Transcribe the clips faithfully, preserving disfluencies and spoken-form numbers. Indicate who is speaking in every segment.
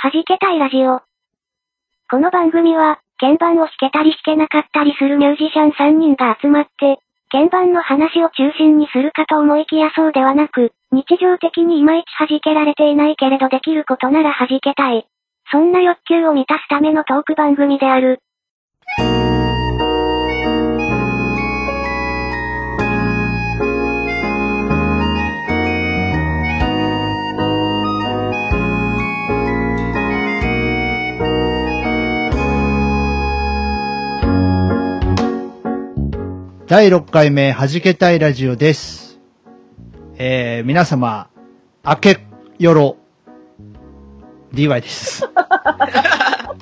Speaker 1: 弾けたいラジオ。この番組は、鍵盤を弾けたり弾けなかったりするミュージシャンさんにんが集まって、鍵盤の話を中心にするかと思いきやそうではなく、日常的にいまいち弾けられていないけれどできることなら弾けたい。そんな欲求を満たすためのトーク番組である。
Speaker 2: だいろっかいめ、はじけたいラジオです。えー、皆様、明けよろ、ディーワイ です。
Speaker 3: はい。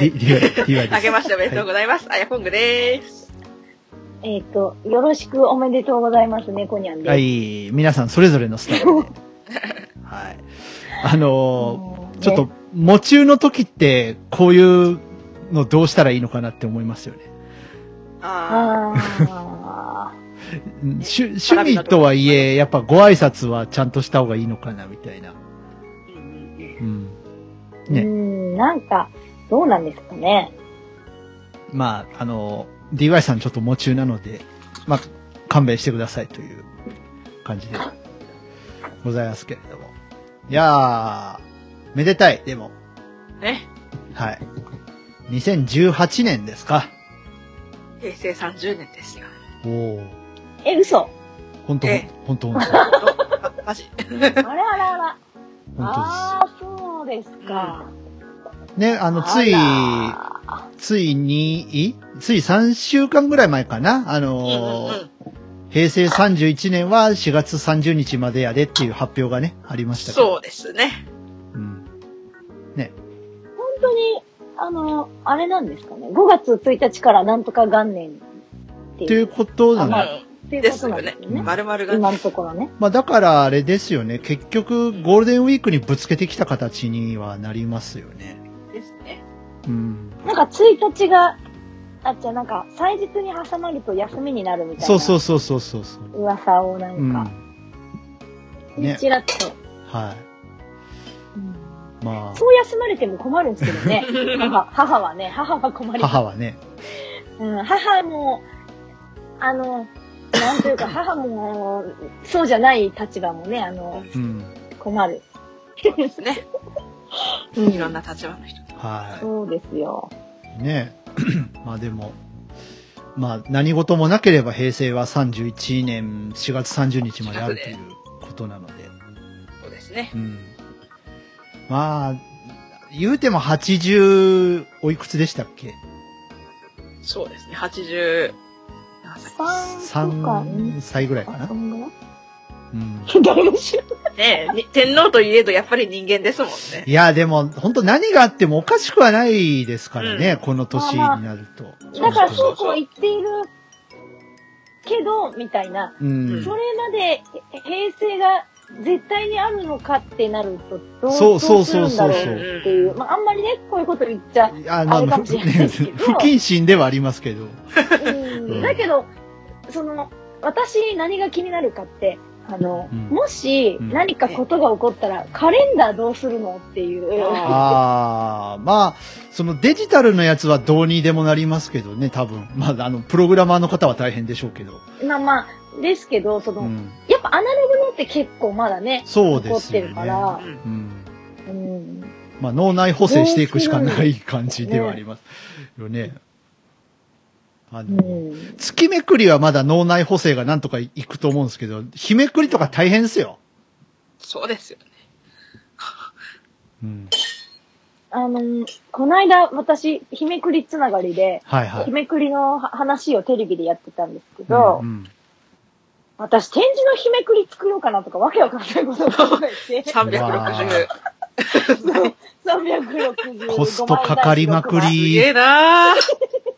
Speaker 2: ディーワイ です。
Speaker 3: あけましておめでとうございます。はい、あやこんぐです。
Speaker 4: えっ、ー、と、よろしくおめでとうございます、ねこにゃんです。
Speaker 2: はい、皆さんそれぞれのスタイルで。はい。あのー、ちょっと、喪中の時って、こういうのどうしたらいいのかなって思いますよね。
Speaker 3: あ
Speaker 4: あ
Speaker 2: 趣趣味とはいえ、やっぱご挨拶はちゃんとした方がいいのかな、みたいな。うん。ね。
Speaker 4: うん、なんか、どうなんですかね。
Speaker 2: まあ、あの、ディーワイ さんちょっと夢中なので、まあ、勘弁してくださいという感じでございますけれども。いやー、めでたい、でも。
Speaker 3: え
Speaker 2: はい。にせんじゅうはちねんですか。
Speaker 3: へいせいさんじゅうねんですよ。
Speaker 2: おー。
Speaker 4: え、嘘。
Speaker 2: ほんと、ほんと、ほんと。
Speaker 3: マジ。
Speaker 4: あらあらあら。
Speaker 2: ほんとです。
Speaker 4: ああ、そうですか。
Speaker 2: ね、あの、つい、ついに、ついさんしゅうかんぐらい前かな。あのーうんうん、平成さんじゅういちねんはしがつさんじゅうにちまでやでっていう発表がね、ありましたけど。
Speaker 3: そうですね。
Speaker 2: うん。ね。
Speaker 4: 本当に、あの、あれなんですかね。ごがつついたちからなんとか元年っていう。
Speaker 2: っていうことなの、
Speaker 4: まあ、っていうことなんですよね。
Speaker 3: 丸々が。
Speaker 4: 今のところね。
Speaker 2: まあだからあれですよね。結局、ゴールデンウィークにぶつけてきた形にはなりますよね。
Speaker 3: ですね。
Speaker 2: うん。
Speaker 4: なんかついたちが、あっちゃなんか、祭日に挟まると休みになるみたいな。
Speaker 2: そうそうそうそうそう。
Speaker 4: 噂をなんか。うん、ね。ちらっと。
Speaker 2: はい。うん、まあ。
Speaker 4: そう休まれても困るんですけどね。母、母はね、母は困ります。
Speaker 2: 母はね。
Speaker 4: うん、母も、あの、なんというか、母も、そうじゃない立場もね、あの、うん、困る。
Speaker 3: ですね。うん、いろんな立場の人。
Speaker 2: はい。
Speaker 4: そうですよ。
Speaker 2: ねまあでも、まあ何事もなければ平成はさんじゅういちねんしがつさんじゅうにちまであるということなので。
Speaker 3: そうですね。
Speaker 2: うん。まあ、言うてもはちじゅう、おいくつでしたっけ？
Speaker 3: そうですね、はちじゅう、
Speaker 2: さんさいぐらいかな。
Speaker 4: うん、誰も知ら
Speaker 3: ない。ねえ、天皇といえどやっぱり人間ですもんね。
Speaker 2: いや、でも、本当何があってもおかしくはないですからね、うん、この年になると。
Speaker 4: だからそうこう言っているけど、みたいな。
Speaker 2: うん、
Speaker 4: それまで平成が絶対にあるのかってなると、どうするんだろうっていう。まあ、あんまりね、こういうこと言っちゃあれかもしれないですけど。
Speaker 2: 不謹慎ではありますけど。
Speaker 4: うん、だけど、その、私何が気になるかって、あの、うん、もし何かことが起こったら、うん、カレンダーどうするのっていう。
Speaker 2: ああ、まあ、そのデジタルのやつはどうにでもなりますけどね、多分。まあ、あの、プログラマーの方は大変でしょうけど。
Speaker 4: まあまあ、ですけど、その、うん、やっぱアナログのって結構まだね、
Speaker 2: そうですよね。
Speaker 4: 残ってるから。
Speaker 2: うん。うん、まあ、脳内補正していくしかない感じではありますよね。あの、うん、月めくりはまだ脳内補正がなんとかいくと思うんですけど、日めくりとか大変ですよ。
Speaker 3: そうですよね。
Speaker 2: うん、
Speaker 4: あの、この間私、日めくりつながりで、
Speaker 2: はいはい、
Speaker 4: 日めくりの話をテレビでやってたんですけど、うんうん、私展示の日めくり作ろうかなとかわけわかんないことを考えて。
Speaker 3: さんびゃくろくじゅう。
Speaker 4: さんびゃくろくじゅう。
Speaker 2: コストかかりまくり。
Speaker 3: すげえなー。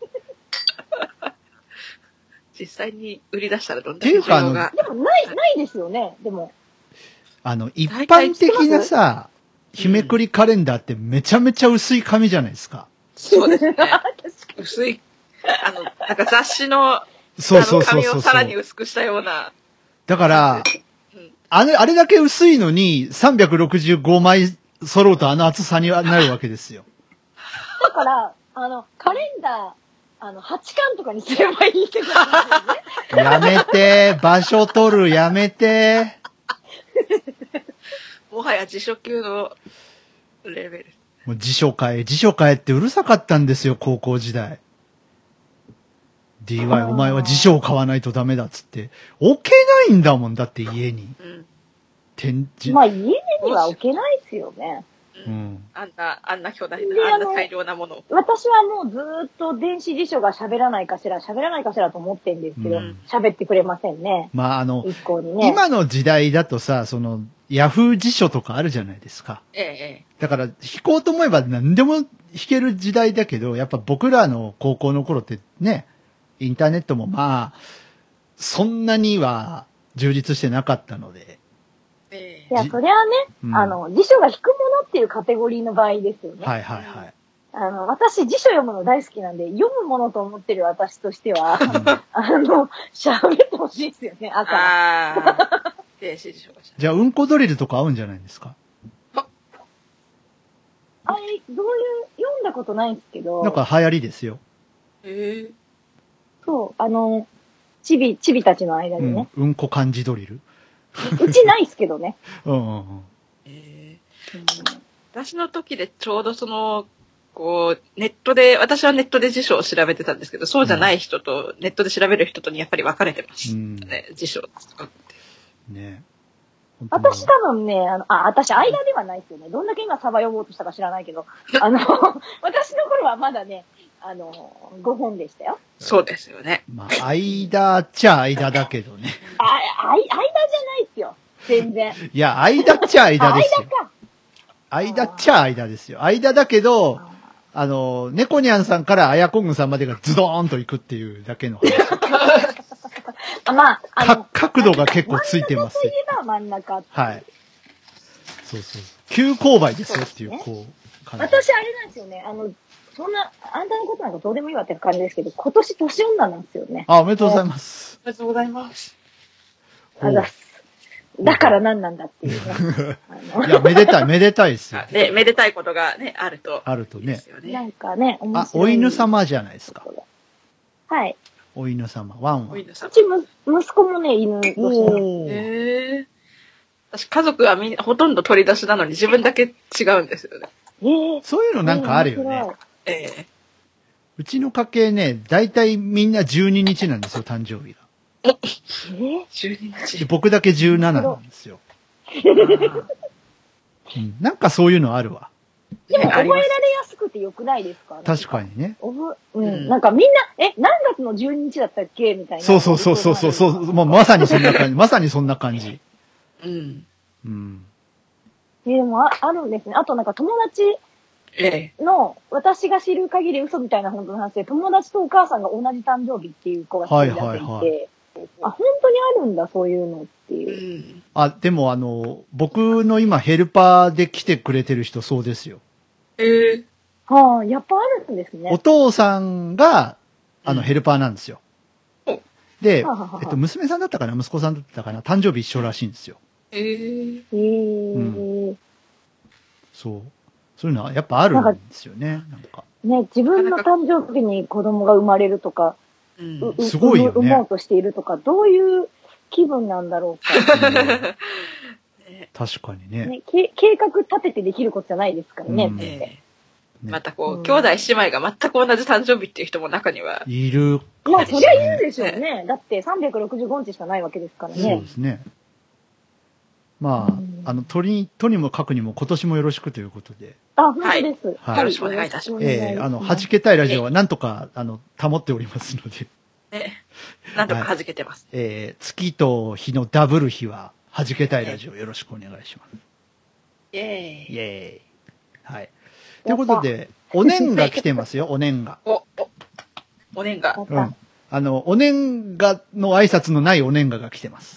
Speaker 3: 実際に売り出したらどんな需要が。
Speaker 4: でもない、ないですよね、でも。
Speaker 2: あの、一般的なさ、日めくりカレンダーってめちゃめちゃ薄い紙じゃないですか。
Speaker 3: そうですね。薄い、あの、なんか雑誌の、
Speaker 2: そうそうそうそう。
Speaker 3: 紙をさらに薄くしたような。
Speaker 2: だから、 あれ、あれだけ薄いのにさんびゃくろくじゅうごまい揃うとあの厚さになるわけですよ。
Speaker 4: だから、あの、カレンダー、あの、はちかんとかにすればいいってことですよね。
Speaker 2: やめて、場所取る、やめて。
Speaker 3: もはや辞書級のレベル。
Speaker 2: もう辞書変え、辞書変えってうるさかったんですよ、高校時代。ディーワイ、お前は辞書を買わないとダメだっつって。置けないんだもん、だって家に。うん。展示。
Speaker 4: まあ家には置けないですよね。
Speaker 3: うん。あんな、あんな巨大な、あんな大量なものを。
Speaker 4: 私はもうずーっと電子辞書が喋らないかしら、喋らないかしらと思ってるんですけど、喋、うん、ってくれませんね。
Speaker 2: まああの、
Speaker 4: 一向にね。
Speaker 2: 今の時代だとさ、その、ヤフー辞書とかあるじゃないですか。
Speaker 3: ええ。
Speaker 2: だから、弾こうと思えば何でも弾ける時代だけど、やっぱ僕らの高校の頃ってね、インターネットもまあ、そんなには充実してなかったので。
Speaker 4: ええ、いや、そりゃあね、うん、あの、辞書が引くものっていうカテゴリーの場合ですよね。
Speaker 2: はいはいはい。
Speaker 4: あの、私、辞書読むの大好きなんで、読むものと思ってる私としては、あの、喋ってほしいですよね、朝。ああ。
Speaker 2: じゃあ、うんこドリルとか合うんじゃないですか？
Speaker 4: あれ、どういう、読んだことないんですけど。
Speaker 2: なんか流行りですよ。
Speaker 3: へえ。
Speaker 4: そう、あの、チビ、チビたちの間にね。
Speaker 2: うん、うんこ漢字ドリル。
Speaker 4: うちないっすけどね。
Speaker 2: うんうんうん。
Speaker 3: えー、うん、私の時でちょうどその、こう、ネットで、私はネットで辞書を調べてたんですけど、そうじゃない人と、ネットで調べる人とにやっぱり分かれてましたね、うん、辞書とかって。
Speaker 2: ね。
Speaker 4: 私多分ね、あの、あ、私間ではないですよね。どんだけ今サバ呼ぼうとしたか知らないけど、あの、私の頃はまだね、あの、ごほんでしたよ。
Speaker 3: そうですよね。
Speaker 2: まあ、間っちゃ間だけどね。
Speaker 4: あ、あ、間じゃないっすよ。全然。
Speaker 2: いや、間っちゃ間ですよ。
Speaker 4: 間か。
Speaker 2: 間っちゃ間ですよ。間だけど、あの、猫ニャンさんからアヤコングさんまでがズドーンと行くっていうだけの話。
Speaker 4: あ、まあ、あの、
Speaker 2: 角度が結構ついてます。
Speaker 4: 真ん中といえば真ん中。
Speaker 2: はい。そうそうそう。急勾配ですよっていう、こう、
Speaker 4: 感じ。私、あれなんですよね。あの、そんな、あんたのことなんかどうでもいいわって感じですけど、今年年女なんですよね。
Speaker 2: あ、おめでとうございます。
Speaker 3: おめでとうございます。
Speaker 4: あざす。だから何なんだっていうね。
Speaker 2: いや、めでたい、めでたいですよ。
Speaker 3: ね、めでたいことがね、あると。
Speaker 2: あるとね。
Speaker 4: なんかね、面
Speaker 2: 白い。あ、お犬様じゃないですか。
Speaker 4: はい。
Speaker 2: お犬様、ワンワン。
Speaker 4: うちむ、息子もね、犬年なんです。
Speaker 3: へぇー。私、家族はみんな、ほとんど取り出しなのに自分だけ違うんですよね。
Speaker 4: えー、
Speaker 2: そういうのなんかあるよね。
Speaker 3: ええー。
Speaker 2: うちの家系ね、だいたいみんなじゅうににちなんですよ、誕生日が。
Speaker 3: ええ ?じゅうににち。
Speaker 2: 僕だけじゅうなななんですよ。うん、なんかそういうのあるわ。
Speaker 4: でも覚えられやすくてよくないですか？
Speaker 2: 確かにね。
Speaker 4: おぶ、うん。なんかみんな、え、何月のじゅうににちだったっけみたいな。
Speaker 2: そうそうそうそうそうそう。もうまさにそんな感じ。まさにそんな感じ。
Speaker 3: うん。
Speaker 2: うん。
Speaker 4: え、でもあ、あるんですね。あとなんか友達の、私が知る限り嘘みたいな本当の話で、友達とお母さんが同じ誕生日っていう子が一人だけいて、はいはいはい、あ、本当にあるんだ、そういうのっていう。うん、
Speaker 2: あ、でもあの、僕の今ヘルパーで来てくれてる人そうですよ。
Speaker 3: えー、
Speaker 4: はあ、やっぱあるんですね。
Speaker 2: お父さんが、あの、ヘルパーなんですよ。うん、で、はあはあ、えっと、娘さんだったかな、息子さんだったかな、誕生日一緒らしいんですよ。
Speaker 3: えー、
Speaker 4: えー、
Speaker 2: うん。そう。そういうのはやっぱあるんですよね、なんか。
Speaker 4: ね、自分の誕生日に子供が生まれるとか、
Speaker 2: うん、すごいよね。
Speaker 4: 産もうとしているとか、どういう気分なんだろうか。うん、
Speaker 2: 確かにね
Speaker 4: ね。計画立ててできることじゃないですからね。うん、
Speaker 3: ね、またこう、うん、兄弟姉妹が全く同じ誕生日っていう人も中には。
Speaker 2: いる。
Speaker 4: まあ、そりゃいるでしょうね。だってさんびゃくろくじゅうごにちしかないわけですからね。
Speaker 2: そうですね。まあ、うん、あの、鳥に、とにもかくにも今年もよろしくということで。
Speaker 4: あ、本当です。
Speaker 3: はい。よろしくお願いいたします。
Speaker 2: ええー、あの、弾けたいラジオはなんとか、あの、保っておりますので。
Speaker 3: ね。なんとか弾けてます。
Speaker 2: はい、えー、月と日のダブル日は、弾けたいラジオよろしくお願いします。
Speaker 3: イェーイ。
Speaker 2: イェーイ。はい。ということで、お年が来てますよ、お年が。
Speaker 3: お、お、お年が。
Speaker 2: うん。あの、お年がの挨拶のないお年がが来てます。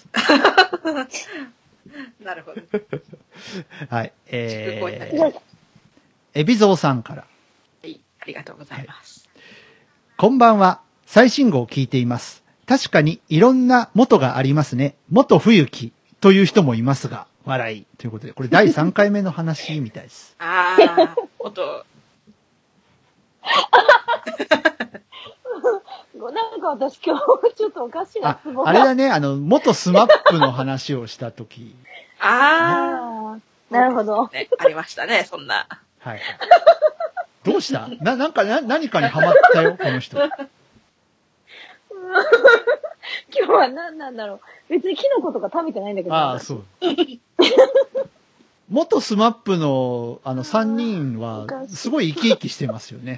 Speaker 3: なるほど。
Speaker 2: はい。えー、エビゾウさんから。
Speaker 3: はい。ありがとうございます。はい、
Speaker 2: こんばんは。最新号を聞いています。確かにいろんな元がありますね。元冬木。 という人もいますが、笑い。ということで、これだいさんかいめの話みたいです。
Speaker 3: ああ、もっと。
Speaker 4: なんか私今日ちょっとおかしいな。
Speaker 2: あ、あれだね、あの、元スマップの話をしたとき。
Speaker 4: ああ、なるほど、
Speaker 3: ね。ありましたね、そんな。
Speaker 2: はい。どうしたな、なんか、な、何かにハマったよ、この人。
Speaker 4: 今日は何なんだろう。別にキノコとか食べてないんだけど。
Speaker 2: ああ、そう。元スマップの、あの、さんにんは、すごい生き生きしてますよね。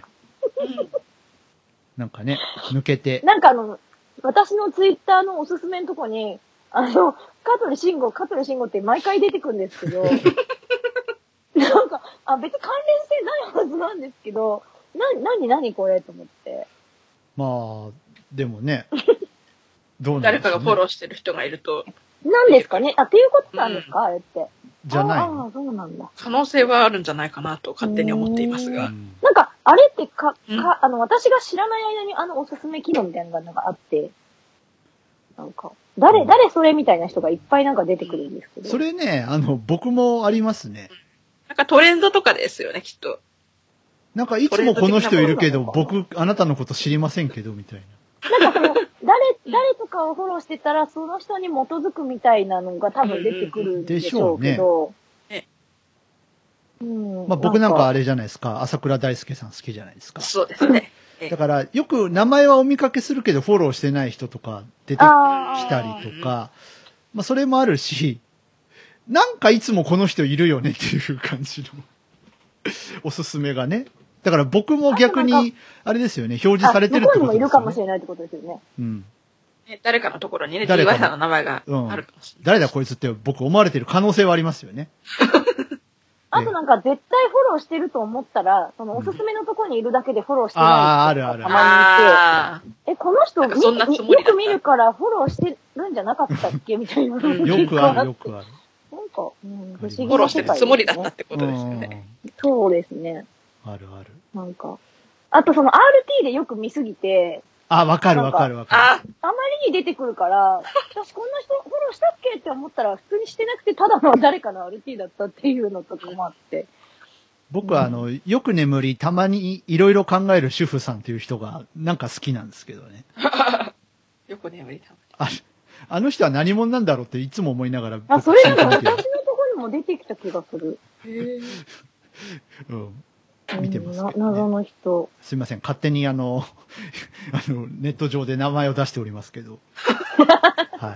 Speaker 2: なんかね、抜けて。
Speaker 4: なんかあの、私のツイッターのおすすめのとこに、あの、香取慎吾、香取慎吾って毎回出てくるんですけど、なんか、あ、別に関連性ないはずなんですけど、な、なになにこれと思って。
Speaker 2: まあ、でもね、どうなん
Speaker 3: 誰かがフォローしてる人がいると。
Speaker 4: なんですかねあ、っていうことなんですか、うん、あれって。
Speaker 2: じゃない。あ
Speaker 4: あ、そうなんだ。
Speaker 3: 可能性はあるんじゃないかなと勝手に思っていますが。
Speaker 4: なんか、あれってか、か、あの、私が知らない間にあのおすすめ機能みたいなのがあって、なんか、誰、うん、誰それみたいな人がいっぱいなんか出てくるんですけど。
Speaker 2: それね、あの、僕もありますね。
Speaker 3: なんかトレンドとかですよね、きっと。
Speaker 2: なんかいつもこの人いるけど、僕、あなたのこと知りませんけど、みたい
Speaker 4: な。なんかその、誰、誰とかをフォローしてたら、その人に基づくみたいなのが多分出てくるんでしょうけど。
Speaker 2: ね、うん、まあ僕なんかあれじゃないですか、朝倉大輔さん好きじゃないですか。
Speaker 3: そうですね。
Speaker 2: だから、よく名前はお見かけするけど、フォローしてない人とか出てきたりとか、まあそれもあるし、なんかいつもこの人いるよねっていう感じのおすすめがね。だから僕も逆に、あれですよね、表示されてるってことですよね。
Speaker 4: 向こうにもいるかもしれないってことですよね。
Speaker 2: うん。
Speaker 3: 誰かのところにね、誰かの名前があるかもしれない。うん、
Speaker 2: 誰だこいつって僕思われてる可能性はありますよね。
Speaker 4: あとなんか絶対フォローしてると思ったら、そのおすすめのところにいるだけでフォローしてない人がたまにいて、え、この人よく見るからフォローしてるんじゃなかったっけみたいな。
Speaker 2: よくある、よくある。
Speaker 4: なんか、うん、不思議な世界、ね。
Speaker 3: フォローしてるつもりだったってことですよね。
Speaker 4: そうですね。
Speaker 2: あるある。
Speaker 4: なんか。あとその アールティー でよく見すぎて。
Speaker 2: あ、わかるわかるわかる。
Speaker 4: あ、あまりに出てくるから、私こんな人フォローしたっけって思ったら普通にしてなくてただの誰かの アールティー だったっていうのとかもあって。
Speaker 2: 僕はあの、よく眠り、たまにいろいろ考える主婦さんっていう人がなんか好きなんですけどね。
Speaker 3: よく眠りた
Speaker 2: まに。あ、あの人は何者なんだろうっていつも思いながら。
Speaker 4: あ、それでも私のところにも出てきた気がする。へぇ
Speaker 2: うん。見てます
Speaker 4: けど、ね、謎の人。
Speaker 2: すいません。勝手にあの、あの、ネット上で名前を出しておりますけど。はい。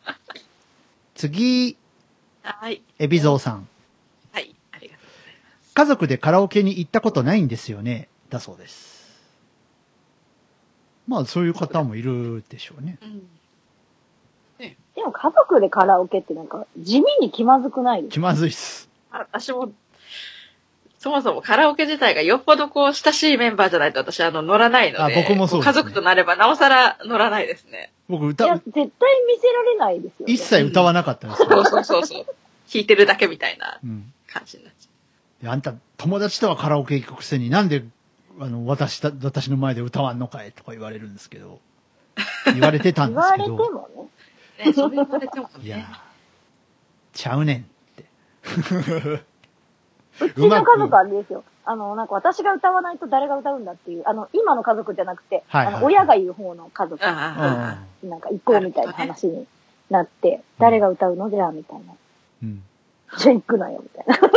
Speaker 2: 次。
Speaker 3: はい。
Speaker 2: エビゾウさん。
Speaker 3: はい。ありがとうございます。
Speaker 2: 家族でカラオケに行ったことないんですよね。だそうです。まあ、そういう方もいるでしょうね。うん
Speaker 4: ね、でも家族でカラオケってなんか地味に気まずくないですか？
Speaker 2: 気まずいっす。
Speaker 3: あ、私も、そもそもカラオケ自体がよっぽどこう親しいメンバーじゃないと私あの乗らないので。
Speaker 2: あ、僕もそうです、ね。
Speaker 3: 家族となればなおさら乗らないですね。
Speaker 2: 僕歌
Speaker 4: いや、絶対見せられないですよ、ね。
Speaker 2: 一切歌わなかったです、
Speaker 3: ね。そうそうそうそう。弾いてるだけみたいな感じになっちゃう。
Speaker 2: うん、あんた友達とはカラオケ行くくせになんであの私た私の前で歌わんのかいとか言われるんですけど。言われてたんですけど。
Speaker 4: 言われてもね。
Speaker 3: ね、それ言われてもね。
Speaker 2: いや、ちゃうねんって。
Speaker 4: うちの家族はあれですよ。あの、なんか私が歌わないと誰が歌うんだっていう、あの、今の家族じゃなくて、はいはい、あの、親が言う方の家族。なんか行こうみたいな話になって、ね、誰が歌うのじゃあみたいな。うん。じゃあ行くなよみたいな。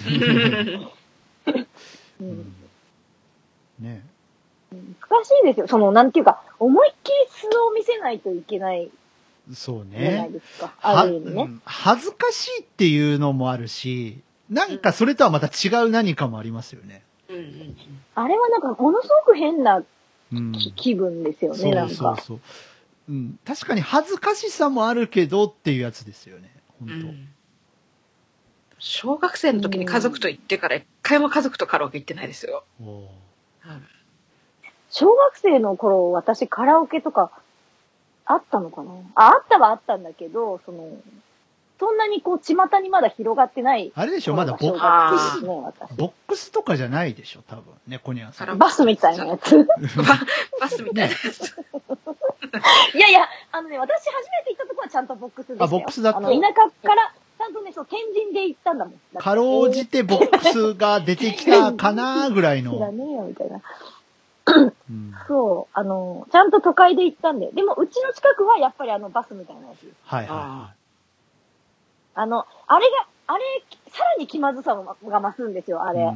Speaker 2: うん、ね
Speaker 4: 難しいですよ。その、なんていうか、思いっきり素を見せないといけない。
Speaker 2: そうね。
Speaker 4: じゃないですか。ある意味ね、うん。
Speaker 2: 恥ずかしいっていうのもあるし、なんかそれとはまた違う何かもありますよね。
Speaker 3: うんうんうん、
Speaker 4: あれはなんかものすごく変な、うん、気分ですよね、なんか。そうそうそう。
Speaker 2: うん。確かに恥ずかしさもあるけどっていうやつですよね。本当。うん、
Speaker 3: 小学生の時に家族と行ってから一回も家族とカラオケ行ってないですよ。うん、
Speaker 4: 小学生の頃、私カラオケとかあったのかなあ、あったはあったんだけど、その、そんなにこう、巷にまだ広がってない。
Speaker 2: あれでしょまだボックス、ボックスとかじゃないでしょ多分。ね、コニャンさん。
Speaker 4: バスみたいなやつ。
Speaker 3: バスみたいなやつ。
Speaker 4: いやいや、あのね、私初めて行ったとこはちゃんとボックスでしたよ。
Speaker 2: あ、ボックスだった。
Speaker 4: あの、田舎から、ちゃんとね、そう、天神で行ったんだもん。
Speaker 2: かろうじてボックスが出てきたかなぐらいの。
Speaker 4: 知らねえよ、みたいな。うん、そう、あの、ちゃんと都会で行ったんで。でも、うちの近くはやっぱりあの、バスみたいなやつ。
Speaker 2: はいはいはい。
Speaker 4: あの、あれが、あれ、さらに気まずさが増すんですよ、あれ。うん、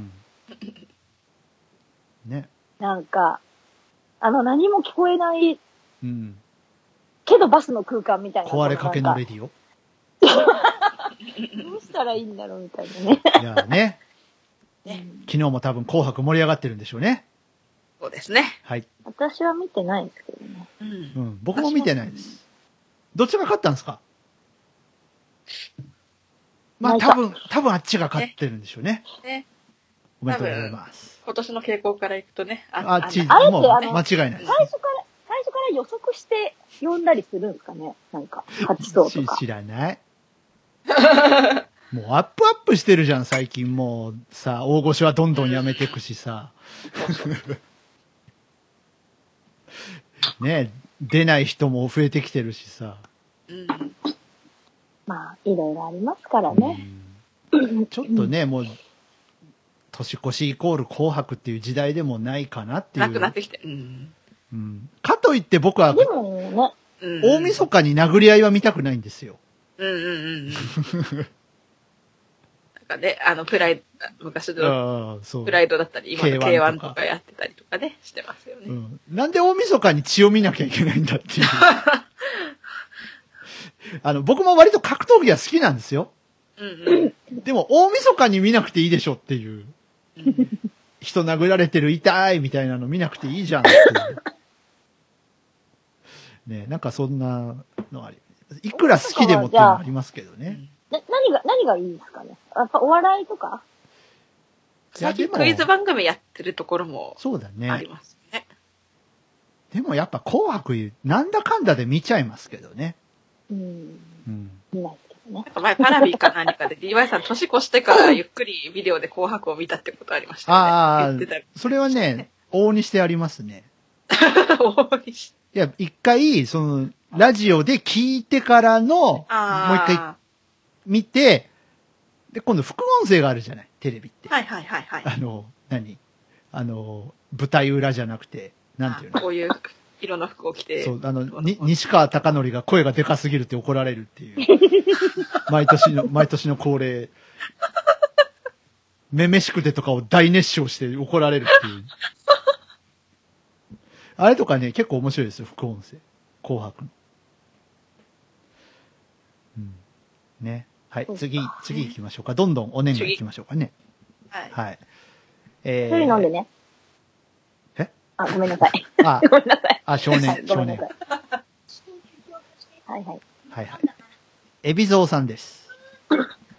Speaker 2: ね。
Speaker 4: なんか、あの、何も聞こえない、
Speaker 2: うん、
Speaker 4: けどバスの空間みたいな。
Speaker 2: 壊れかけのレディオ
Speaker 4: どうしたらいいんだろうみたいなね。
Speaker 2: いやね。ね、昨日も多分紅白盛り上がってるんでしょうね。
Speaker 3: そうですね。
Speaker 2: はい。
Speaker 4: 私は見てないですけどね。
Speaker 2: うん。うん、僕も見てないです。どっちが勝ったんですか？まあ多分、多分あっちが勝ってるんでしょうね。ね。おめでとうございます。
Speaker 3: 今年の傾向からいくとね。
Speaker 2: あっち、もう間違いないです。
Speaker 4: 最初から、最初から予測して呼んだりするんですかね？なんか、勝ちそうとか。
Speaker 2: 知らない。もうアップアップしてるじゃん、最近もうさ、大御所はどんどんやめてくしさ。ねえ、出ない人も増えてきてるしさ。うん、
Speaker 4: まあ、いろいろありますからね。
Speaker 2: ちょっとね、もう、年越しイコール紅白っていう時代でもないかなっていう。
Speaker 3: なくなってきて。うん。
Speaker 2: うん、かといって僕は、
Speaker 4: でもね、
Speaker 2: 大晦日に殴り合いは見たくないんですよ。
Speaker 3: うんうんうんうん。なんかね、あの、プライド、昔のプライドだったり、今の ケーワン とかやってたりとかね、してますよね。
Speaker 2: うん。なんで大晦日に血を見なきゃいけないんだっていう。あの、僕も割と格闘技は好きなんですよ。うんうん、でも、大晦日に見なくていいでしょっていう。うん、人殴られてる痛いみたいなの見なくていいじゃんっていう。ね、なんかそんなのあり。いくら好きでもっていうのはありますけどね。
Speaker 4: な何が、何がいいですかね？やっぱお笑いとか？
Speaker 3: 最近クイズ番組やってるところも
Speaker 2: そうだね。
Speaker 3: ありますね。
Speaker 2: でもやっぱ紅白なんだかんだで見ちゃいますけどね。
Speaker 4: うん。うん。見ないですけどね。
Speaker 3: なんか前パラビか何かで ディーワイ さん年越してからゆっくりビデオで紅白を見たってことありましたね。
Speaker 2: ああ、それはね、往々にしてありますね。
Speaker 3: 往々にして。
Speaker 2: いや、一回、その、ラジオで聞いてからの、もう一回見て、で、今度副音声があるじゃない、テレビって。
Speaker 3: はいはいはいはい。
Speaker 2: あの、何あの、舞台裏じゃなくて、なんていうの？
Speaker 3: こういう色の服を着て。
Speaker 2: そう、あの、に、西川貴教が声がでかすぎるって怒られるっていう。毎年の、毎年の恒例。めめしくてとかを大熱唱して怒られるっていう。あれとかね、結構面白いですよ、副音声。紅白の。うん。ね。はい、次、次行きましょうか。どんどんお年賀行きましょうかね。
Speaker 3: はい。
Speaker 2: はい。え
Speaker 4: ー。一人飲んでね。
Speaker 2: え
Speaker 4: あ、ごめんなさい。
Speaker 2: あ、
Speaker 4: ごめんなさい。
Speaker 2: あ、少年、少年。
Speaker 4: はいはい。
Speaker 2: はいはい。エビゾウさんです。
Speaker 4: はい。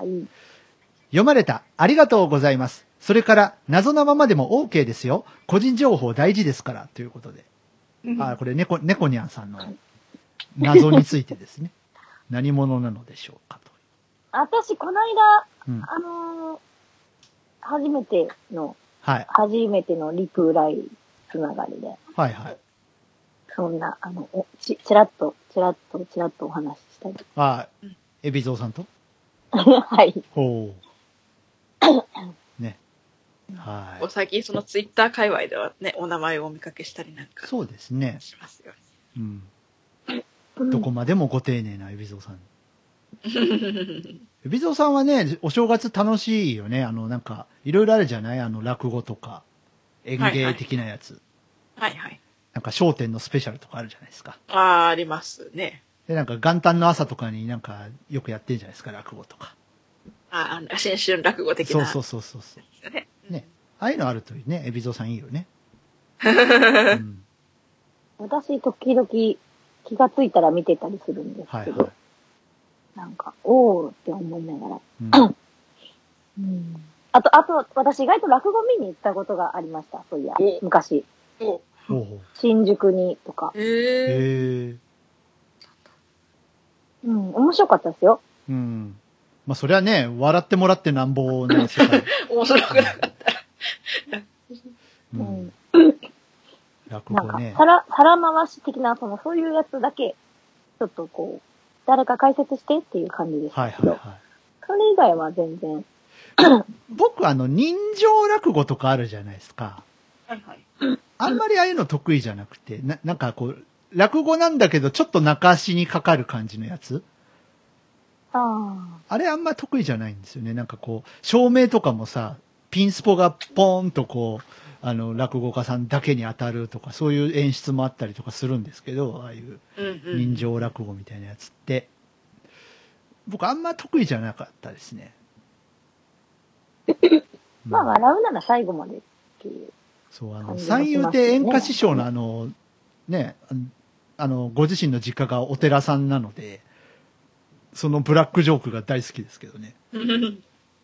Speaker 2: 読まれた。ありがとうございます。それから、謎なままでも OK ですよ。個人情報大事ですから、ということで。あ、これ、猫、猫にゃんさんの謎についてですね。何者なのでしょうかと。
Speaker 4: 私、この間、うん、あのー、初めての、
Speaker 2: はい。
Speaker 4: 初めてのリプライつながりで。
Speaker 2: はいはい。
Speaker 4: そんな、あの、ち、ちらっと、ちらっと、ちらっとお話ししたり。
Speaker 2: あ、エビゾウさんと
Speaker 4: はい。
Speaker 2: ほう。ね。はい。
Speaker 3: 最近そのツイッター界隈ではね、お名前をお見かけしたりなんか。
Speaker 2: そうですね。
Speaker 3: しますよね。
Speaker 2: うん。どこまでもご丁寧なエビゾウさん。エビゾウさんはね、お正月楽しいよね。あの、なんか、いろいろあるじゃない？あの、落語とか、演芸的なやつ。
Speaker 3: はいはい。はいはい、
Speaker 2: なんか、笑点のスペシャルとかあるじゃないですか。
Speaker 3: ああ、ありますね。
Speaker 2: で、なんか、元旦の朝とかになんか、よくやってるじゃないですか、落語とか。
Speaker 3: ああ、新春落語的な。
Speaker 2: そうそうそうそう。ね。ね。ああいうのあるとね、エビゾウさんいいよね。
Speaker 4: うん、私、時々気がついたら見てたりするんですけど。はいはい。なんか、おーって思いながら。うんうん、あと、あと、私意外と落語見に行ったことがありました。そういや、昔。
Speaker 2: お
Speaker 4: 新宿にとか。
Speaker 2: へー。
Speaker 4: うん、面白かったですよ。
Speaker 2: うん。まあ、そりゃね、笑ってもらってなんぼなんですよ。
Speaker 3: 面白くなかった。
Speaker 2: うん。落語ね。
Speaker 4: なんか、皿、皿回し的な、その、そういうやつだけ、ちょっとこ誰か解説してっていう感じですけど。はいはいはい。それ以外は全然。
Speaker 2: 僕あの、人情落語とかあるじゃないですか。はいはい。あんまりああいうの得意じゃなくて、な、なんかこう、落語なんだけど、ちょっと中足にかかる感じのやつ。ああ。あれあんま得意じゃないんですよね。なんかこう、照明とかもさ、ピンスポがポーンとこう、あの、落語家さんだけに当たるとか、そういう演出もあったりとかするんですけど、ああいう人情落語みたいなやつって。僕あんま得意じゃなかったですね。
Speaker 4: まあ、笑うなら最後までっていう。
Speaker 2: そう、あの、三遊亭演歌師匠のあの、ね、あの、ご自身の実家がお寺さんなので、そのブラックジョークが大好きですけどね。うん。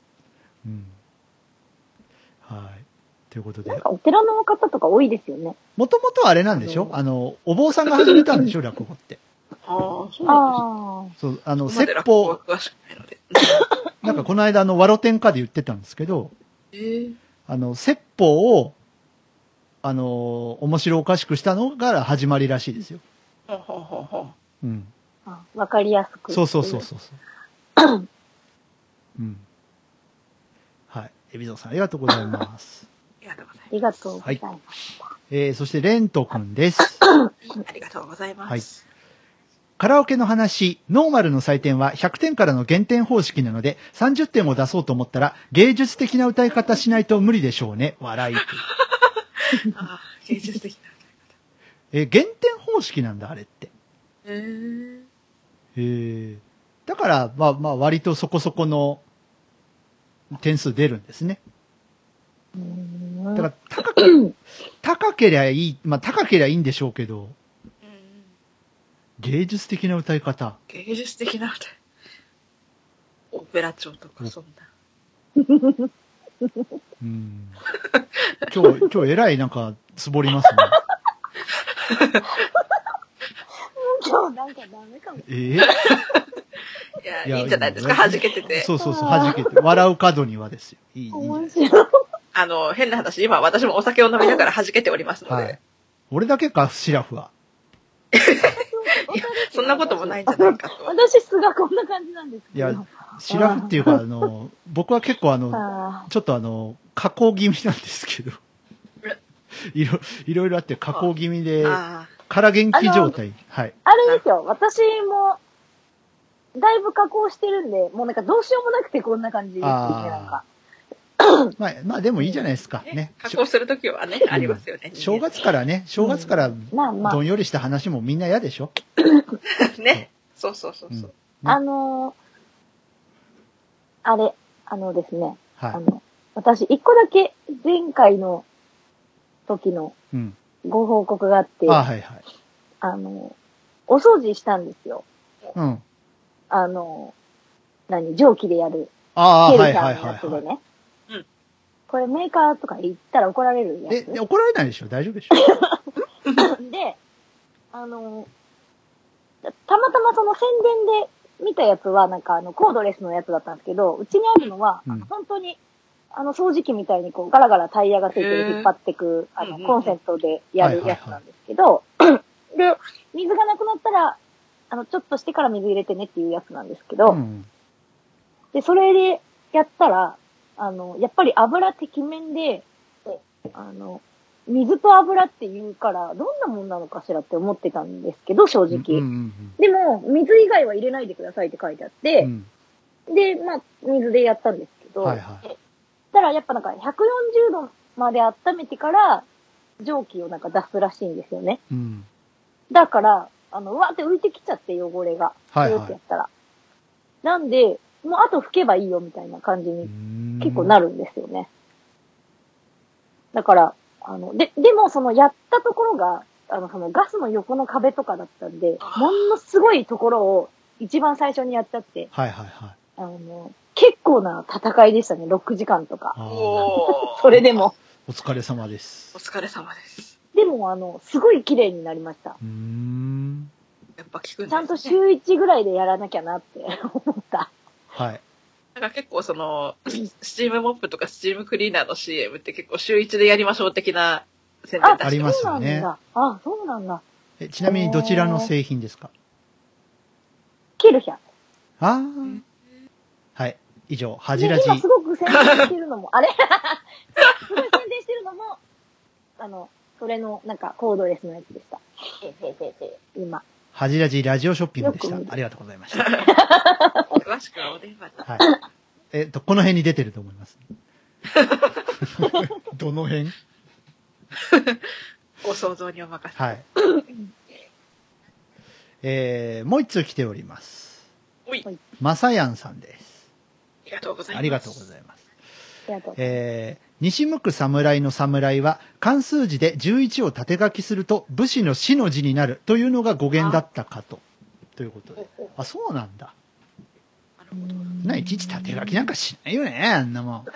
Speaker 2: はい。ということで。
Speaker 4: なんかお寺の方とか多いですよね。
Speaker 2: もともとあれなんでしょ？あの、お坊さんが始めたんでしょ落語って。ああ、そうなんです。そう、あの、説法。なんかこの間あの、ワロテンカで言ってたんですけど、えー、あの、説法を、あの、面白おかしくしたのが始まりらしいですよ。はははは。
Speaker 4: うん。わかりやすく。
Speaker 2: そうそうそうそうそう。うん。はい。海老蔵さん、ありがとうございます。
Speaker 3: ありがとうございます。
Speaker 4: ありがとうございます。はい、
Speaker 2: えー、そして、レントくんです。
Speaker 3: ありがとうございます。はい。
Speaker 2: カラオケの話、ノーマルの採点はひゃくてんからの減点方式なので、さんじゅってんを出そうと思ったら、芸術的な歌い方しないと無理でしょうね。笑い。
Speaker 3: ああ、芸術的な歌い方。
Speaker 2: え、減点方式なんだ、あれって。
Speaker 3: へー。
Speaker 2: へー。だから、まあまあ、割とそこそこの点数出るんですね。だから、高く、高けりゃいい、まあ高けりゃいいんでしょうけど、芸術的な歌い方。
Speaker 3: 芸術的な歌い。オペラ調とかそんな。
Speaker 2: うん。今日、今日えらいなんか、つぼりますね。
Speaker 4: 今日なんかダメかも。
Speaker 2: えー、
Speaker 3: いや、いいんじゃないですか、弾けてて。
Speaker 2: そうそうそう、弾けて。笑う角にはですよ。いい、いい面白い。
Speaker 3: あの、変な話、今私もお酒を飲みながら弾けておりますので。はい、
Speaker 2: 俺だけか、シラフは。
Speaker 3: いや、そんなこともないんじゃないかと。
Speaker 4: 私、素がこんな感じなんですけど。いや、
Speaker 2: シラフっていうか、あの、僕は結構あの、ちょっとあの、加工気味なんですけど。いろ、いろいろあって加工気味で、空元気状態。はい。
Speaker 4: あれですよ、私も、だいぶ加工してるんで、もうなんかどうしようもなくてこんな感じですね、なんか。
Speaker 2: まあ、まあでもいいじゃないですか。ね。
Speaker 3: 加工するときはね、ありますよね。
Speaker 2: 正月からね、正月からどんよりした話もみんな嫌でしょ。
Speaker 3: ね。そうそうそうそう。
Speaker 4: あの、あれ、あのですね。あの、私一個だけ前回の時のご報告があって、あ、はいはい。あの、お掃除したんですよ。うん。あの、何、蒸気でやる。
Speaker 2: ああ、
Speaker 4: はい
Speaker 2: はいはいはい。
Speaker 4: これメーカーとか言ったら怒られるやつ。
Speaker 2: え、怒られないでしょ？大丈夫でしょ？
Speaker 4: で、あの、たまたまその宣伝で見たやつはなんかあのコードレスのやつだったんですけど、うちにあるのは、うん、本当にあの掃除機みたいにこうガラガラタイヤがついてる引っ張ってく、あのコンセントでやるやつなんですけど、で、水がなくなったら、あのちょっとしてから水入れてねっていうやつなんですけど、うん、で、それでやったら、あの、やっぱり油てきめんで、あの、水と油って言うから、どんなもんなのかしらって思ってたんですけど、正直。うんうんうん、でも、水以外は入れないでくださいって書いてあって、うん、で、まあ、水でやったんですけど、はいはい、たらやっぱなんかひゃくよんじゅうどまで温めてから、蒸気をなんか出すらしいんですよね。うん、だから、あの、うわーって浮いてきちゃって汚れが。はいはい、ってやったら。なんで、もうあと拭けばいいよみたいな感じに結構なるんですよね。だから、あの、で、でもそのやったところが、あの、そのガスの横の壁とかだったんで、ものすごいところを一番最初にやっちゃって、
Speaker 2: はいはいはい。
Speaker 4: あの、結構な戦いでしたね、ろくじかんとか。それでも。
Speaker 2: お疲れ様です。
Speaker 3: お疲れ様です。
Speaker 4: でも、あの、すごい綺麗になりました。
Speaker 2: うーん。
Speaker 3: やっぱ聞くんですね。
Speaker 4: ちゃんと週いちぐらいでやらなきゃなって思った。
Speaker 2: はい。
Speaker 3: なんか結構その、スチームモップとかスチームクリーナーの シーエム って結構週いちでやりましょう的な宣伝出して
Speaker 2: ありますよね。
Speaker 4: あ、そうなんだ。
Speaker 2: え、ちなみにどちらの製品ですか？
Speaker 4: キルヒャ。
Speaker 2: ああ。はい。以上、はじらじ。
Speaker 4: 今すごく宣伝してるのも、あれすごい宣伝してるのも、あの、それの、なんか、コードレスのやつでした。へへへへ、今。
Speaker 2: はじらじラジオショッピングでした。ありがとうございました。
Speaker 3: 詳しくはお電話で。
Speaker 2: はい。えっと、この辺に出てると思います。どの辺
Speaker 3: ご想像にお任せ。
Speaker 2: はい。えー、もう一通来ております。
Speaker 3: おい。
Speaker 2: まさやんさんです。
Speaker 3: ありがとうございます。
Speaker 2: ありがとうございます。えー、西向く侍の侍は漢数字でじゅういちを縦書きすると武士の死の字になるというのが語源だったかと。ということで。あ、そうなんだ。な、いちいち縦書きなんかしないよね、あんなもん。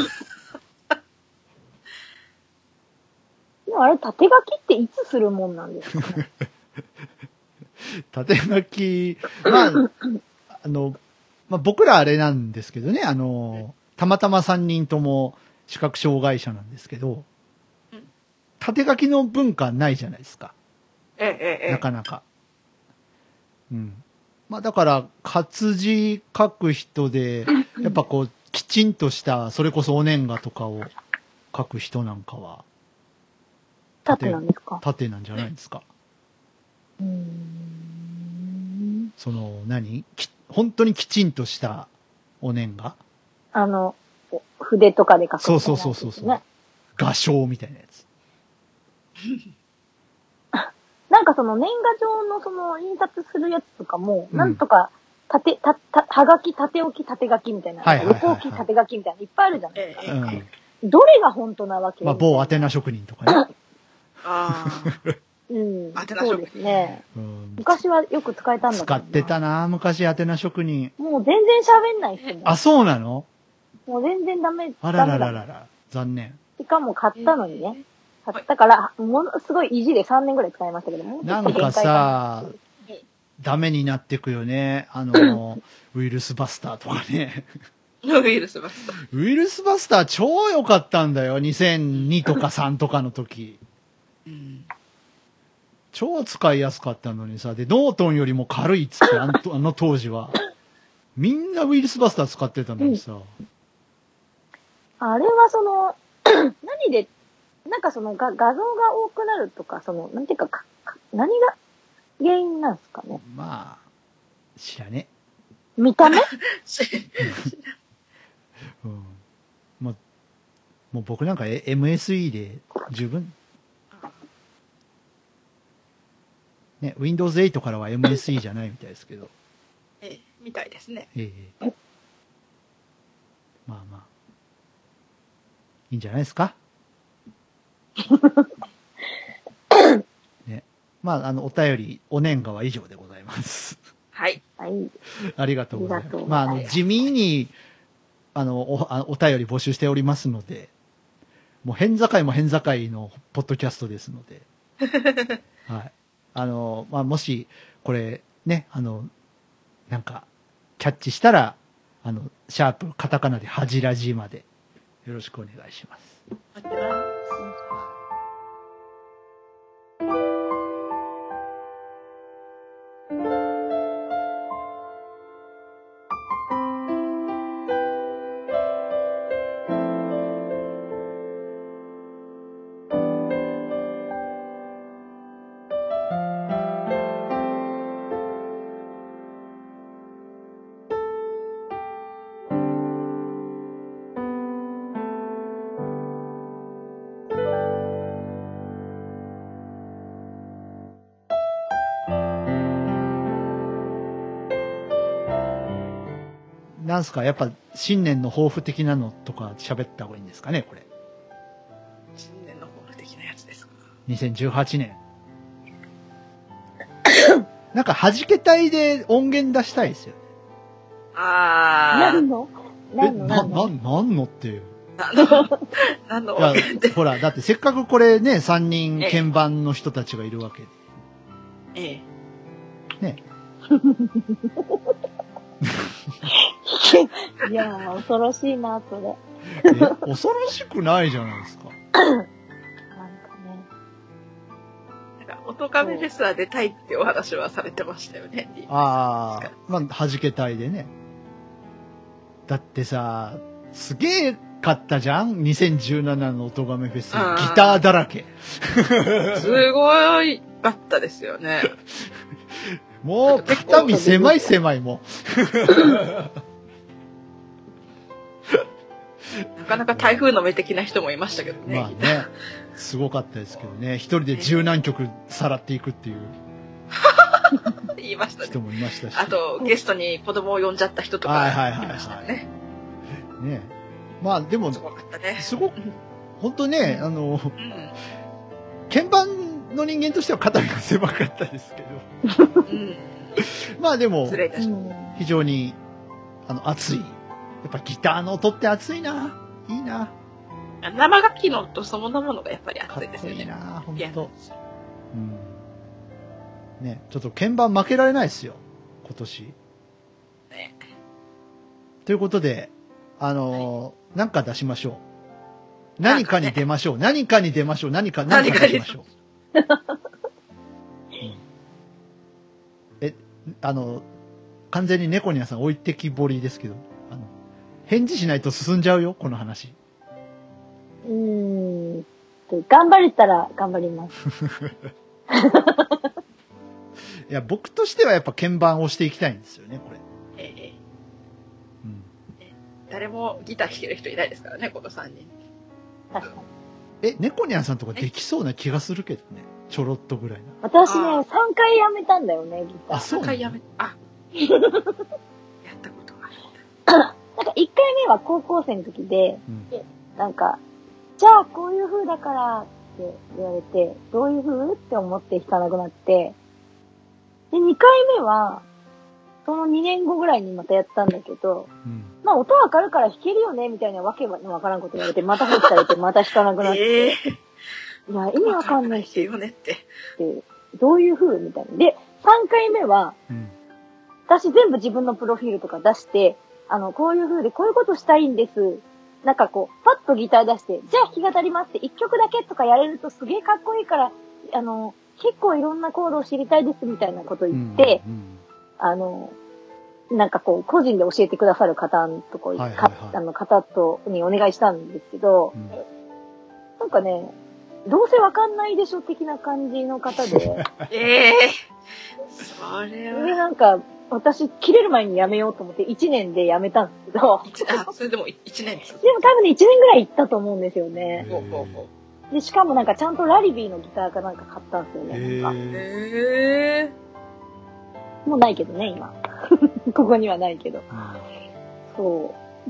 Speaker 4: あれ、縦書きっていつするもんなんですかね。
Speaker 2: 縦書き、まあ、あの、まあ、僕らあれなんですけどね、あの、たまたまさんにんとも視覚障害者なんですけど、縦書きの文化ないじゃないですか。
Speaker 3: ええ、ええ。
Speaker 2: なかなか。うん。まあだから、活字書く人で、やっぱこう、きちんとした、それこそお年賀とかを書く人なんかは、
Speaker 4: 縦なんですか？
Speaker 2: 縦なんじゃないですか。
Speaker 4: うーん。
Speaker 2: その何、き本当にきちんとしたお年賀
Speaker 4: あの、筆とかで書くみたいな、ね。
Speaker 2: そうそうそうそう。画章みたいなやつ。
Speaker 4: なんかその年賀状のその印刷するやつとかも、うん、なんとか、縦、た、た、はがき、縦置き、縦書きみたいな。はいはいはいはい、横置き、縦書きみたいな。いっぱいあるじゃないですか。うん、どれが本当なわけ？
Speaker 2: まあ、某アテナ職人とかね。
Speaker 3: ああ。
Speaker 4: うん。そうですね、うん。昔はよく使えたんだけど
Speaker 2: 使ってたな、昔アテナ職人。
Speaker 4: もう全然喋んない人も。
Speaker 2: あ、そうなの？
Speaker 4: もう全然ダメ。
Speaker 2: あららららら。残念。
Speaker 4: しかも買ったのにね。買ったから、ものすごい意地でさんねんぐらい使いましたけども。
Speaker 2: なんかさ、ダメになってくよね。あの、ウイルスバスターとかね。
Speaker 3: ウイルスバスター。
Speaker 2: ウイルスバスター超良かったんだよ。にせんにとかさんとかの時。うん、超使いやすかったのにさ。で、ノートンよりも軽いっつって、あのあの当時は。みんなウイルスバスター使ってたのにさ。うん、
Speaker 4: あれはその、何で、なんかその画画像が多くなるとか、その、なんていうか、か何が原因なんですかね。
Speaker 2: まあ、知らね。
Speaker 4: 見た目
Speaker 2: うん、もう、もう僕なんか エムエスイー で十分。ね、ウィンドウズエイト からは エムエスイー じゃないみたいですけど。
Speaker 3: ええ、みたいですね。
Speaker 2: ええ。まあまあ。いいんじゃないですか。ね。まあ、あの、お便り、お年賀は以上でございます。
Speaker 3: はい。
Speaker 4: はい。
Speaker 2: ありがとうございます。まあ、あの、地味に、あの、お、あお便り募集しておりますので、もう、変境も変境のポッドキャストですので、はい。あの、まあ、もし、これ、ね、あの、なんか、キャッチしたら、あの、シャープ、カタカナで、はじらじまで、よろしくお願いします。なんすか、やっぱ新年の抱負的なのとか喋った方がいいんですかね、これ。
Speaker 3: 新年の抱負的なやつですか。
Speaker 2: にせんじゅうはちねん。なんか弾けたいで音源出したいですよね。
Speaker 3: あ
Speaker 4: ー。何の
Speaker 2: え、な、な、なんのっていう。
Speaker 3: 何の
Speaker 2: いや、ほら、だってせっかくこれね、さんにん鍵盤の人たちがいるわけで。
Speaker 3: え
Speaker 2: え。ね。
Speaker 4: いやー、恐ろしいな、それ。
Speaker 2: え、恐ろしくないじゃないですか。
Speaker 4: なんかね。
Speaker 3: なんか音亀フェスは出たいってお話はされてましたよね。
Speaker 2: ああ、まあ、弾けたいでね。だってさ、すげえかったじゃん ?にせんじゅうなな の音亀フェス。ギターだらけ。
Speaker 3: すごいかったですよね。
Speaker 2: もう、肩身狭い狭いも
Speaker 3: なかなか台風の目的な人もいましたけどね。
Speaker 2: まあね。すごかったですけどね。一人で十何曲さらっていくっていう。
Speaker 3: 言いましたね。
Speaker 2: 人もいましたし。
Speaker 3: あと、ゲストに子供を呼んじゃった人とかいましたね。
Speaker 2: ねまあでも、
Speaker 3: すごかったね。
Speaker 2: すごく、本当ね、あの、うん、鍵盤の人間としては肩身が狭かったですけど。うん、まあでも、非常に、あの、熱い。やっぱギターの音って熱いな。いいな。
Speaker 3: 生楽器の音そのものがやっぱり熱いですよね。
Speaker 2: いいな、本当。うん。ね、ちょっと鍵盤負けられないですよ。今年。ね。ということで、あのー、なんか出しましょう。何かに出ましょう。何かに出ましょう。何か、何か出しましょう。うん、え、あの、完全に猫ニャさん置いてきぼりですけど、あの、返事しないと進んじゃうよ、この話。
Speaker 4: うーん。頑張れたら頑張ります。
Speaker 2: いや、僕としてはやっぱ鍵盤を押していきたいんですよね、これ。ええ。
Speaker 3: うん。誰もギター弾ける人いないですからね、このさんにん。
Speaker 4: 確かに。
Speaker 2: え、猫ニャンさんとかできそうな気がするけどね。ちょろっとぐらいな。
Speaker 4: 私ね、さんかいやめたんだよね、ギター。
Speaker 2: あ、そう
Speaker 3: さんかいやめ、あ。やったことがある。
Speaker 4: なんかいっかいめは高校生の時で、うん、なんか、じゃあこういう風だからって言われて、どういう風って思って弾かなくなって、で、にかいめは、そのにねんごぐらいにまたやったんだけど、うん、まあ音わかるから弾けるよね、みたいなわけのわからんこと言われて、また放置されて、また弾かなくなって。えー、いや、意味わかんないし。
Speaker 3: よねって。
Speaker 4: で、どういう風みたいな。で、さんかいめは、うん、私全部自分のプロフィールとか出して、あの、こういう風でこういうことしたいんです。なんかこう、パッとギター出して、じゃあ弾き語りますっていっきょくだけとかやれるとすげえかっこいいから、あの、結構いろんなコードを知りたいですみたいなこと言って、うんうん、あの、なんかこう、個人で教えてくださる方のとこ、はいはいはい、あの方とにお願いしたんですけど、うん、なんかね、どうせわかんないでしょ的な感じの方で。
Speaker 3: ええー、それは。
Speaker 4: で、なんか、私、切れる前に辞めようと思っていちねんで辞めたんですけど。
Speaker 3: あ、それでもいちねんです。
Speaker 4: でも多分ね、いちねんぐらい行ったと思うんですよね。ほうほうほう。で、しかもなんかちゃんとラリビーのギターかなんか買ったんですよね。なんかへー。もうないけどね、今。ここにはないけど。そう。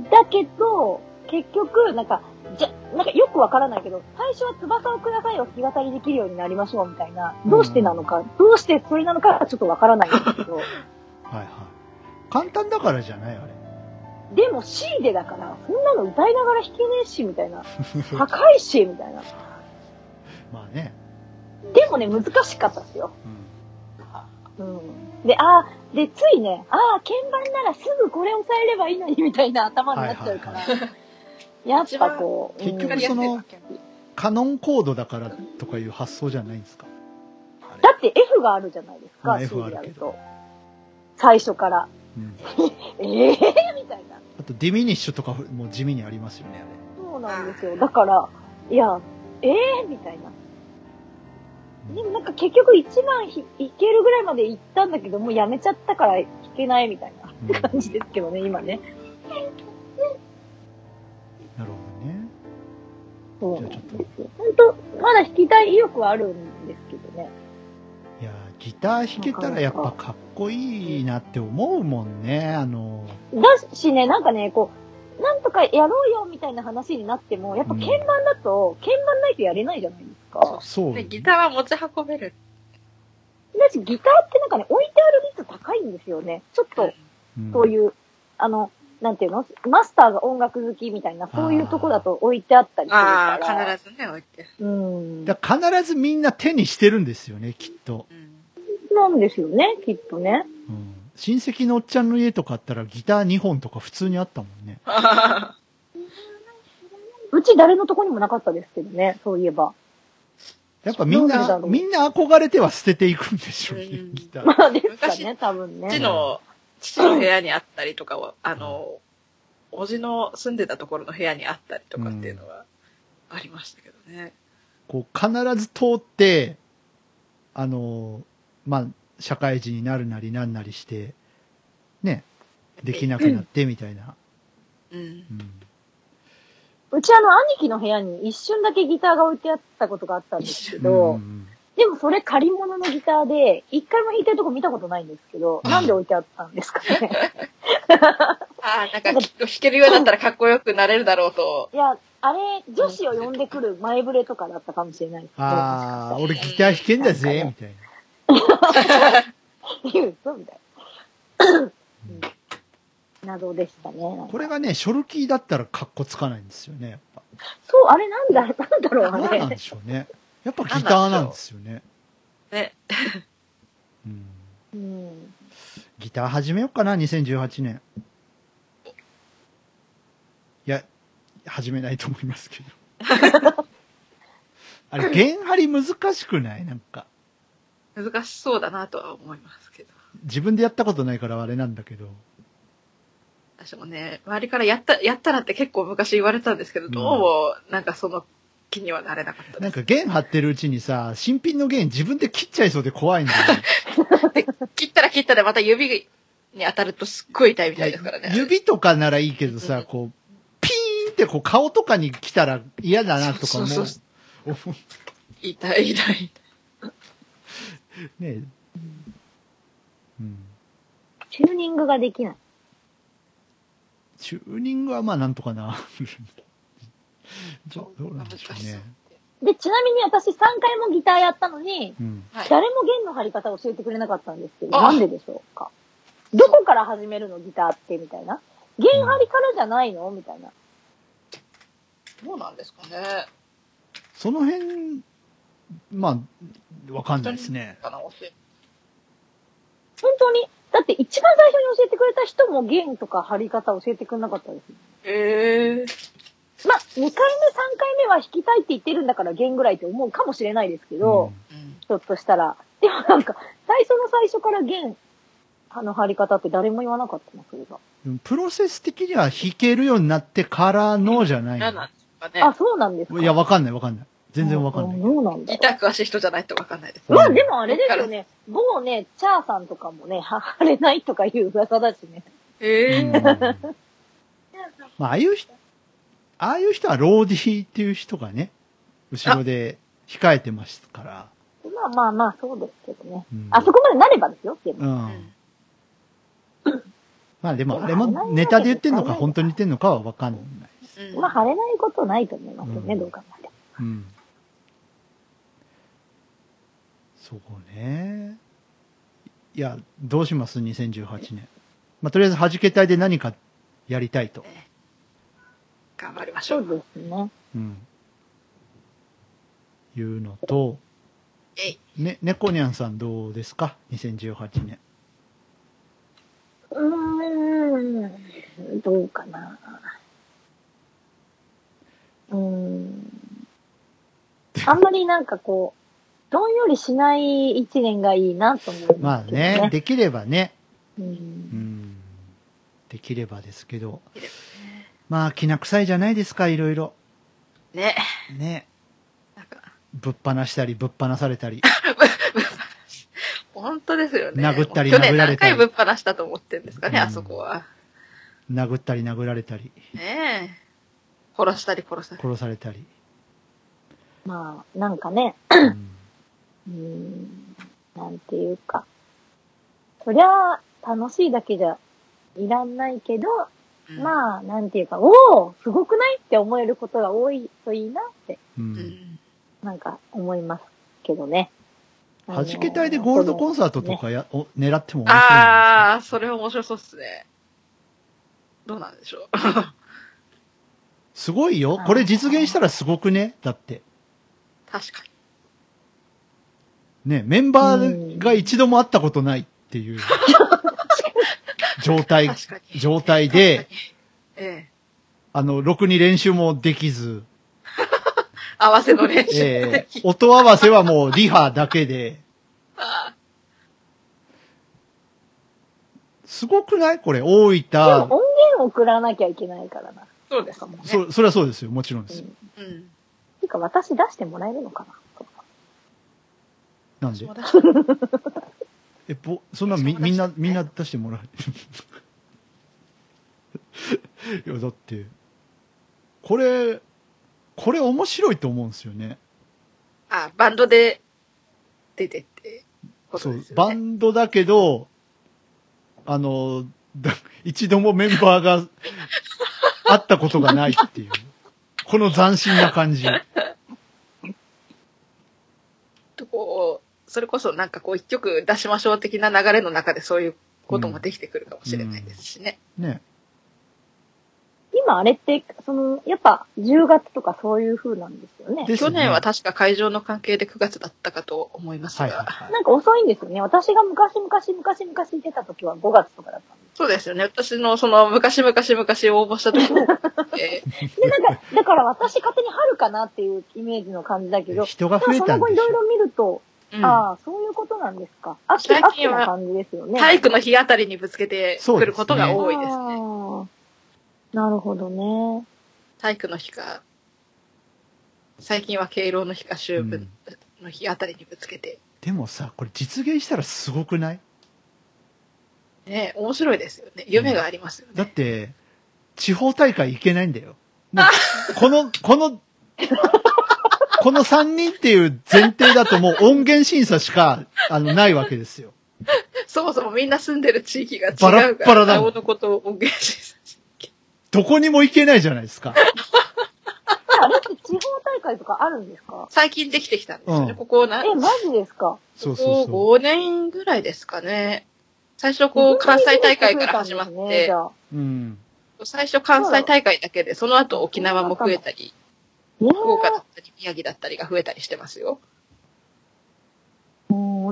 Speaker 4: だけど、結局、なんか、じゃ、なんかよくわからないけど、最初は翼をくださいを弾き語りできるようになりましょうみたいな、どうしてなのか、どうしてそれなのかちょっとわからないんですけど。はい
Speaker 2: はい。簡単だからじゃないあれ。
Speaker 4: でも C でだから、そんなの歌いながら弾けねえし、みたいな。高いし、みたいな。
Speaker 2: まあね。
Speaker 4: でもね、難しかったですよ。うん。うん、で、ああ、で、ついね、ああ、鍵盤ならすぐこれ押さえればいいのに、みたいな頭になっちゃうから。はいはいはい、やっぱこう。
Speaker 2: 結局その、カノンコードだからとかいう発想じゃないんですか？
Speaker 4: だって F があるじゃないですか、
Speaker 2: F あるけど。
Speaker 4: 最初から。うん、ええー、みたいな。
Speaker 2: あとディミニッシュとかも地味にありますよね、あ
Speaker 4: れ。そうなんですよ。だから、いや、ええー、みたいな。でもなんか結局一番ひいけるぐらいまで行ったんだけど、もうやめちゃったから弾けないみたいな感じですけどね、うん、今ね。
Speaker 2: なるほどね。
Speaker 4: そうなんですよ。本当まだ弾きたい意欲はあるんですけどね。
Speaker 2: いや、ギター弾けたらやっぱかっこいいなって思うもんね、あの。
Speaker 4: だしね、なんかね、こう、なんとかやろうよみたいな話になっても、やっぱ鍵盤だと、うん、鍵盤ないとやれないじゃないですか。
Speaker 2: そう。
Speaker 3: で、ギターは持ち運べる。
Speaker 4: だし、ギターってなんかね、置いてある率高いんですよね。ちょっと、うん、そういう、あの、なんていうのマスターが音楽好きみたいな、そういうとこだと置いてあったりするから。
Speaker 3: ああ、必ずね、置いて。
Speaker 4: うん。
Speaker 2: だ必ずみんな手にしてるんですよね、きっと。
Speaker 4: うん、なんですよね、きっとね。
Speaker 2: うん。親戚のおっちゃんの家とかあったらギターにほんとか普通にあったもんね。
Speaker 4: うち誰のとこにもなかったですけどね、そういえば。
Speaker 2: やっぱみんな、みんな憧れては捨てていくんでしょうね、ギター。
Speaker 4: まあですかね、多分ね。
Speaker 3: 父の、父の部屋にあったりとかは、あの、おじの住んでたところの部屋にあったりとかっていうのはありましたけどね。
Speaker 2: こう、必ず通って、あの、まあ、社会人になるなりなんなりして、ね、できなくなってみたいな。
Speaker 3: うん。うん、
Speaker 4: うちあの、兄貴の部屋に一瞬だけギターが置いてあったことがあったんですけど、うん、でもそれ借り物のギターで、一回も弾いてるとこ見たことないんですけど、なんで置いてあったんですかね。
Speaker 3: ああ、なんか弾けるようだったらかっこよくなれるだろうと。
Speaker 4: いや、あれ、女子を呼んでくる前触れとかだったかもしれないです
Speaker 2: ね。ああ、俺ギター弾けんだぜ、みたいな。
Speaker 4: 言うとみたいな。うんなどでしたね。
Speaker 2: これがね、ショルキーだったらカッコつかないんですよね、やっぱ。
Speaker 4: そう、あれなんだ、なんだろう、あれ。
Speaker 2: 何なんでしょうね。やっぱギターなんですよね。
Speaker 3: ね。
Speaker 2: うん。
Speaker 4: うん。
Speaker 2: ギター始めようかな、にせんじゅうはちねん。いや、始めないと思いますけど。あれ、弦張り難しくないなんか。
Speaker 3: 難しそうだなとは思いますけど。
Speaker 2: 自分でやったことないからあれなんだけど。
Speaker 3: 私もね、周りからやった、やったらって結構昔言われたんですけど、どうも、なんかその気にはなれなかったです。
Speaker 2: なんか弦張ってるうちにさ、新品の弦自分で切っちゃいそうで怖いんだよ
Speaker 3: ね。で切ったら切ったでまた指に当たるとすっごい痛いみたいですからね。
Speaker 2: 指とかならいいけどさ、こう、ピーンってこう顔とかに来たら嫌だなとか思う。そうそうそう
Speaker 3: 痛い痛い。
Speaker 2: ねえ。うん。
Speaker 4: チューニングができない。
Speaker 2: チューニングはまあなんとかな。どうなんでしょうね。
Speaker 4: で、ちなみに私さんかいもギターやったのに、うん、誰も弦の張り方を教えてくれなかったんですけど、なんででしょうか。どこから始めるのギターってみたいな。弦張りからじゃないのみたいな。
Speaker 3: どうなんですかね。
Speaker 2: その辺、まあ、わかんないですね。
Speaker 3: 本
Speaker 4: 当にだって一番最初に教えてくれた人も弦とか張り方教えてくれなかったです。
Speaker 3: へえー。
Speaker 4: まあ、にかいめ、さんかいめは弾きたいって言ってるんだから弦ぐらいって思うかもしれないですけど、うん、ちょっとしたら。でもなんか、最初の最初から弦、あの張り方って誰も言わなかったな、それが。
Speaker 2: プロセス的には弾けるようになってからのじゃないの、
Speaker 3: うん、なんですかね。
Speaker 4: あ、そうなんですか。
Speaker 2: いや、わかんないわかんない。全然わかんない。
Speaker 4: そうなんだ。
Speaker 3: ギター詳しい人じゃないとわかんないです。
Speaker 4: まあでもあれですよね。某ね、チャーさんとかもね、貼れないとかいう噂だしね。
Speaker 3: へえー。
Speaker 2: まあ、ああいう人、ああいう人はローディーっていう人がね、後ろで控えてますから。
Speaker 4: まあまあまあ、そうですけどね。うん、あそこまでなればですよ、でも。
Speaker 2: うん。まあでも、あれもネタで言ってんのか本当に言ってんのかはわかんないです。
Speaker 4: うん、まあ、貼れないことないと思いますよね、うん、どう考えても。
Speaker 2: うん。そうね。いや、どうします ?にせんじゅうはちねん。まあ、とりあえず、弾け隊で何かやりたいと。
Speaker 3: 頑張りましょう。
Speaker 4: そうですね。
Speaker 2: うん。いうのと、
Speaker 3: えい。
Speaker 2: ね、猫にゃんさんどうですか ?にせんじゅうはちねん。
Speaker 4: うーん、どうかな。うーん。あんまりなんかこう、どんよりしない一年がいいなと思います、ね。
Speaker 2: まあね、できればね。
Speaker 4: うん。う
Speaker 2: んできればですけど。まあ、きな臭いじゃないですか、いろいろ。
Speaker 3: ね。
Speaker 2: ね。なんかぶっ放したり、ぶっ放されたり。
Speaker 3: 本当ですよね。
Speaker 2: 殴ったり、殴られたり。去年
Speaker 3: 何回ぶっ放したと思ってるんですかね、うん、あそこは。
Speaker 2: 殴ったり、殴られたり。
Speaker 3: ねえ。殺したり、殺されたり。
Speaker 2: 殺されたり。
Speaker 4: まあ、なんかね。うんうーん、なんていうか。そりゃ、楽しいだけじゃいらんないけど、うん、まあ、なんていうか、おおすごくないって思えることが多いといいなって、うん、なんか思いますけどね。
Speaker 2: 弾け隊でゴールドコンサートとかや、ね、お狙っても面白いんですか？
Speaker 3: ああ、それは面白そうっすね。どうなんでしょう。
Speaker 2: すごいよ。これ実現したらすごくねだって。
Speaker 3: 確かに。
Speaker 2: ね、メンバーが一度も会ったことないっていう状態、状態で、
Speaker 3: ええ、
Speaker 2: あの、ろくに練習もできず、
Speaker 3: 合わせの練習。
Speaker 2: ええー、音合わせはもうリハだけで。ああ、すごくないこれ、大分。でも
Speaker 4: 音源を送らなきゃいけないからな。
Speaker 3: そうですかもね。
Speaker 2: そ、それはそうですよ。もちろんですよ。
Speaker 4: うん。うん。てか、私出してもらえるのか
Speaker 2: な。なんでえ、ぼ、そんなみ、みんな、みんな出してもらえ。いや、だって、これ、これ面白いと思うんですよね。
Speaker 3: あ、バンドで出てってことですよね。
Speaker 2: そう、バンドだけど、あの、一度もメンバーが会ったことがないっていう。この斬新な感じ。
Speaker 3: とこう、それこそなんかこう一曲出しましょう的な流れの中でそういうこともできてくるかもしれないですしね。
Speaker 2: うんうん、ね。
Speaker 4: 今あれって、その、やっぱじゅうがつとかそういう風なんですよね。
Speaker 3: ね、去年は確か会場の関係でくがつだったかと思いますが。はいはい
Speaker 4: はい、なんか遅いんですよね。私が昔々昔々出た時はごがつとかだったんです。
Speaker 3: そうですよね。私のその昔々昔応募した時も。えー、
Speaker 4: で、なんか、だから私勝手に春かなっていうイメージの感じだけど、
Speaker 2: 人が増えたんでしょ。
Speaker 4: その後いろいろ見ると、うん、ああ、そういうことなんですか。秋、秋な感じですよね。
Speaker 3: 体育の日あたりにぶつけてくることが多いですね。
Speaker 4: なるほどね。
Speaker 3: 体育の日か、最近は敬老の日か秋分の日あたりにぶつけて。
Speaker 2: うん、でもさ、これ実現したらすごくない？
Speaker 3: ね、面白いですよね。夢がありますよね。
Speaker 2: うん、だって、地方大会行けないんだよ。この、この、このさんにんっていう前提だともう音源審査しか、あの、ないわけですよ。
Speaker 3: そもそもみんな住んでる地域が違うから、
Speaker 2: バラッバラだもん。
Speaker 3: のことを音源審査し
Speaker 2: どこにも行けないじゃないですか。
Speaker 4: あれって地方大会とかあるんですか？
Speaker 3: 最近できてきたんですよね。うん、ここな
Speaker 4: え、マジですか？
Speaker 2: そうそうそう。
Speaker 3: ごねんぐらいですかね。最初こう、関西大会から始まって、ね、
Speaker 2: うん、
Speaker 3: 最初関西大会だけで、その後沖縄も増えたり、福岡だったり、宮城だったりが増えたりしてますよ。
Speaker 4: うん、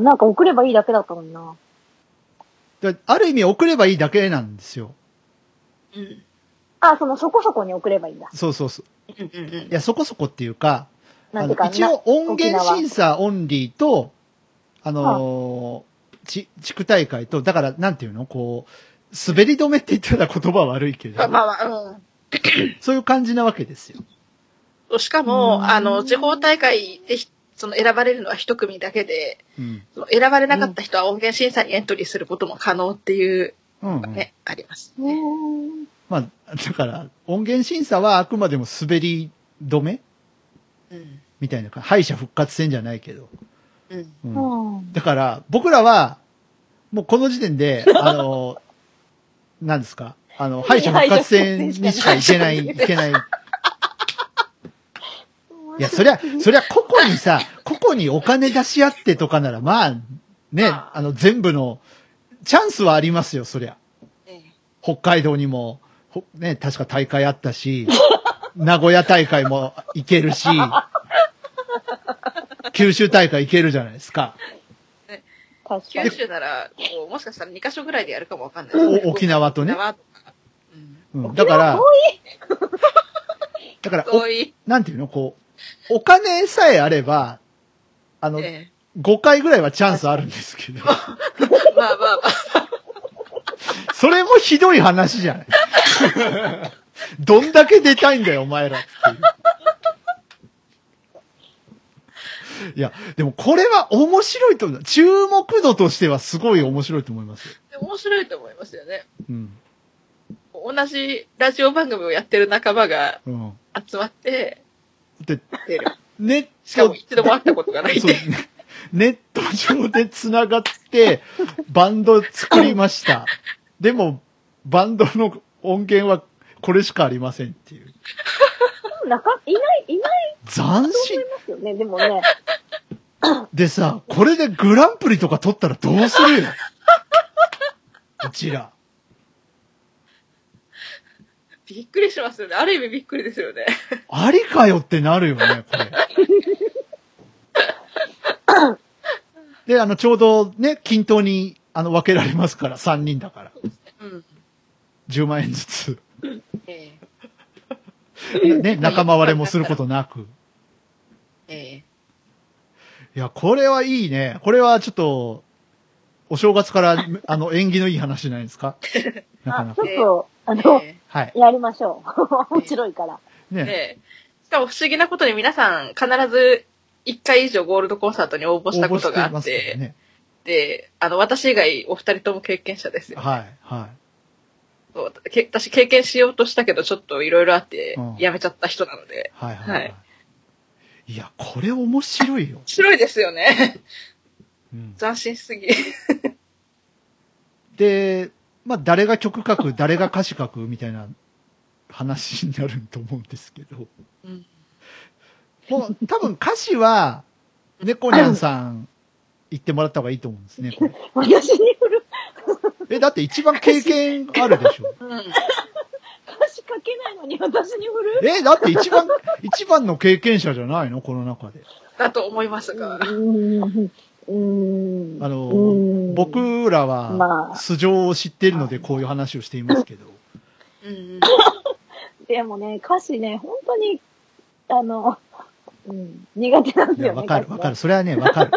Speaker 4: なんか送ればいいだけだったのにな。
Speaker 2: ある意味送ればいいだけなんですよ。
Speaker 3: うん。
Speaker 4: あ、そのそこそこに送ればいいんだ。
Speaker 2: そうそうそう。
Speaker 3: うんうんうん、い
Speaker 2: や、そこそこっていうか、あの一応音源審査オンリーと、あのー、ち、地区大会と、だから、なんていうのこう、滑り止めって言ったら言葉悪いけど。
Speaker 3: まあまあ、うん。
Speaker 2: そういう感じなわけですよ。
Speaker 3: しかも、あの、地方大会で、その選ばれるのは一組だけで、うん、その選ばれなかった人は音源審査にエントリーすることも可能っていうのがね、うんうん、ありますね。
Speaker 2: まあ、だから、音源審査はあくまでも滑り止め、うん、みたいな、敗者復活戦じゃないけど。うんうん、だから、僕らは、もうこの時点で、あの、何ですか、あの、敗者復活戦にしか行けない、いけない。いや、そりゃ、そりゃ個々にさ、個々にお金出し合ってとかなら、まあ、ね、あの、全部の、チャンスはありますよ、そりゃ。北海道にも、ね、確か大会あったし、名古屋大会も行けるし、九州大会行けるじゃないですか。
Speaker 3: ね、九州なら、もしかしたらにカ所ぐらいでやるかもわかんない、
Speaker 2: ね。沖縄とね。
Speaker 3: 沖縄とか。
Speaker 2: うん。うん、だから、だから、なんていうのこう、お金さえあれば、あの、ええ、ごかいぐらいはチャンスあるんですけど。まあ
Speaker 3: まあまあ。
Speaker 2: それもひどい話じゃない。どんだけ出たいんだよ、お前らっていう。いや、でもこれは面白いと思う。注目度としてはすごい面白いと思いますよ。
Speaker 3: 面白いと思いますよね。うん。同じラジオ番組をやってる仲間が集まって、
Speaker 2: で、
Speaker 3: 出る。
Speaker 2: ネット。
Speaker 3: しかも一度も会ったことがないんで。
Speaker 2: ネット上で繋がって、バンド作りました。でも、バンドの音源はこれしかありませんっていう。
Speaker 4: なか、いない、いない。
Speaker 2: 斬新。
Speaker 4: ますよね、でもね。
Speaker 2: でさ、これでグランプリとか取ったらどうするよ。うちら。
Speaker 3: びっくりしますよね。ある意味びっくりですよね。
Speaker 2: ありかよってなるよね、これ。で、あの、ちょうどね、均等に、あの、分けられますから、さんにんだから。うん。じゅうまんえんずつ。ええ。ね、仲間割れもすることなく。
Speaker 3: ええ。
Speaker 2: いや、これはいいね。これはちょっと、お正月から、あの、縁起のいい話じゃないですか。なかなか。
Speaker 4: ちょっと、あの、
Speaker 3: え
Speaker 2: はい。
Speaker 4: やりましょう。面白いから。
Speaker 2: ね
Speaker 3: え。しかも不思議なことに皆さん必ずいっかい以上ゴールドコンサートに応募したことがあって、ね、で、あの、私以外お二人とも経験者ですよ、ね。
Speaker 2: はい、はい。
Speaker 3: そう私経験しようとしたけど、ちょっといろいろあって、やめちゃった人なので。
Speaker 2: うん、はい、はい、はい。いや、これ面白いよ。面
Speaker 3: 白いですよね。うん、斬新すぎ。
Speaker 2: で、まあ、誰が曲書く、誰が歌詞書くみたいな話になると思うんですけど。うん、もう多分歌詞は、猫ニャンさん言ってもらった方がいいと思うんですね、これ。
Speaker 4: 私に振る。
Speaker 2: え、だって一番経験あるでしょ。うん、
Speaker 4: 歌詞書けないのに私に振る。
Speaker 2: え、だって一番、一番の経験者じゃないのこの中で。
Speaker 3: だと思いますが。
Speaker 4: うーん
Speaker 2: あの、僕らは、素性を知っているのでこういう話をしていますけど。
Speaker 4: うん、でもね、歌詞ね、本当に、あの、うん、苦手なんですよね。
Speaker 2: わかるわかる。それはね、わかる。